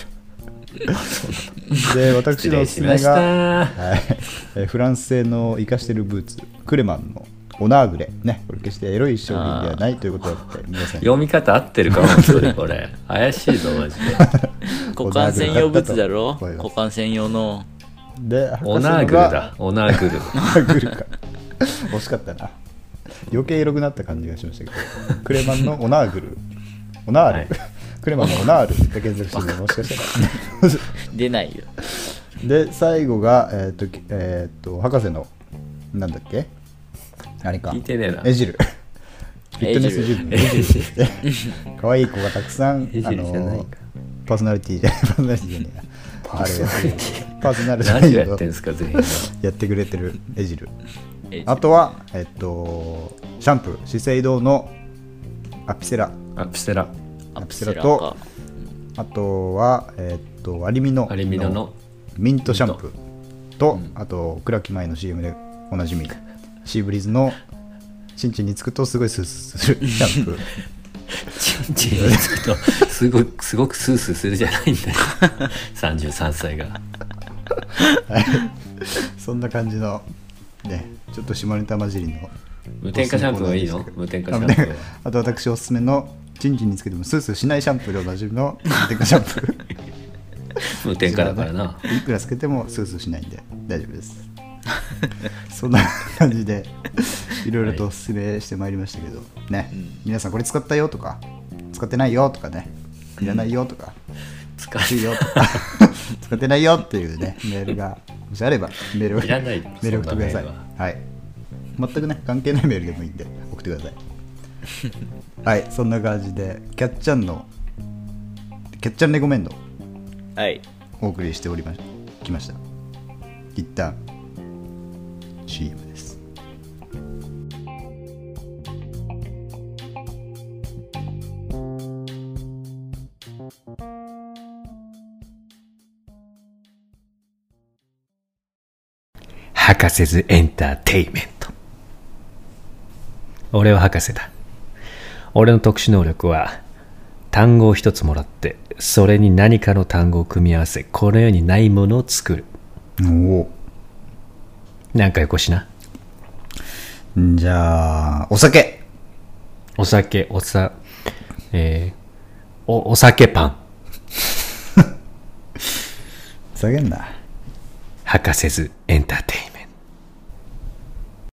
で私のおすすめが、はい、フランス製の生かしてるブーツクレマンのオナーグレね、これ決してエロい商品ではないということだって皆さん読み方合ってるか本当にこれ怪しいぞマジで股間専用ブーツだろ、股間専用のでオナーグルだオナーグルオナーグルか惜しかったな、余計エロくなった感じがしましたけどクレマンのオナーグルオナール、はい、クレマンのオナールって検索してもしかしたら出ないよ。 で最後がえっ、ー、とえっ、ー、と博士のなんだっけあれか聞いてねえなエジルフィットネスジムエジル可愛い子がたくさんあのパーソナリティじゃないパーソナリティじゃねえなあれパーソナリティ何やってんすか全員やってくれてるエジル、あとはえっとシャンプー資生堂のアピセラアピセラアピセラとあとはえっとアリミノアリミノのミントシャンプーと、うん、あと倉木舞の シーエム でおなじみシーブリーズのチンチンにつくとすごいスースーするシャンプーチンチンにつくとすごくすごくスースーするじゃないんだよさんじゅうさんさいが、はい、 そんな感じのねちょっと下ネタ混じりの無添加シャンプーはいいの？無添加シャンプーはあと私おすすめのチンチンにつけてもスースーしないシャンプーでおなじみの無添加シャンプー無添加だからな、 いくらつけてもスースーしないんで大丈夫ですそんな感じでいろいろとおすすめしてまいりましたけどね、うん、皆さんこれ使ったよとか使ってないよとかねいらないよとか、うん、 使ってよとか使ってないよっていうねメールがもしあればメールをいらないメール送ってください。はい、全くね関係ないメールでもいいんで送ってくださいはい、そんな感じでキャッチャンのキャッチャンレコメンドはいお送りしておりましきました。一旦 シーエム です。 博士ズエンターテイメント。俺は博士だ。俺の特殊能力は単語を一つもらってそれに何かの単語を組み合わせこの世にないものを作る。 おお。 なんかよこしな。 じゃあお酒。 お酒おさえー、 おお酒パン下げんな。 吐かせずエンターテイン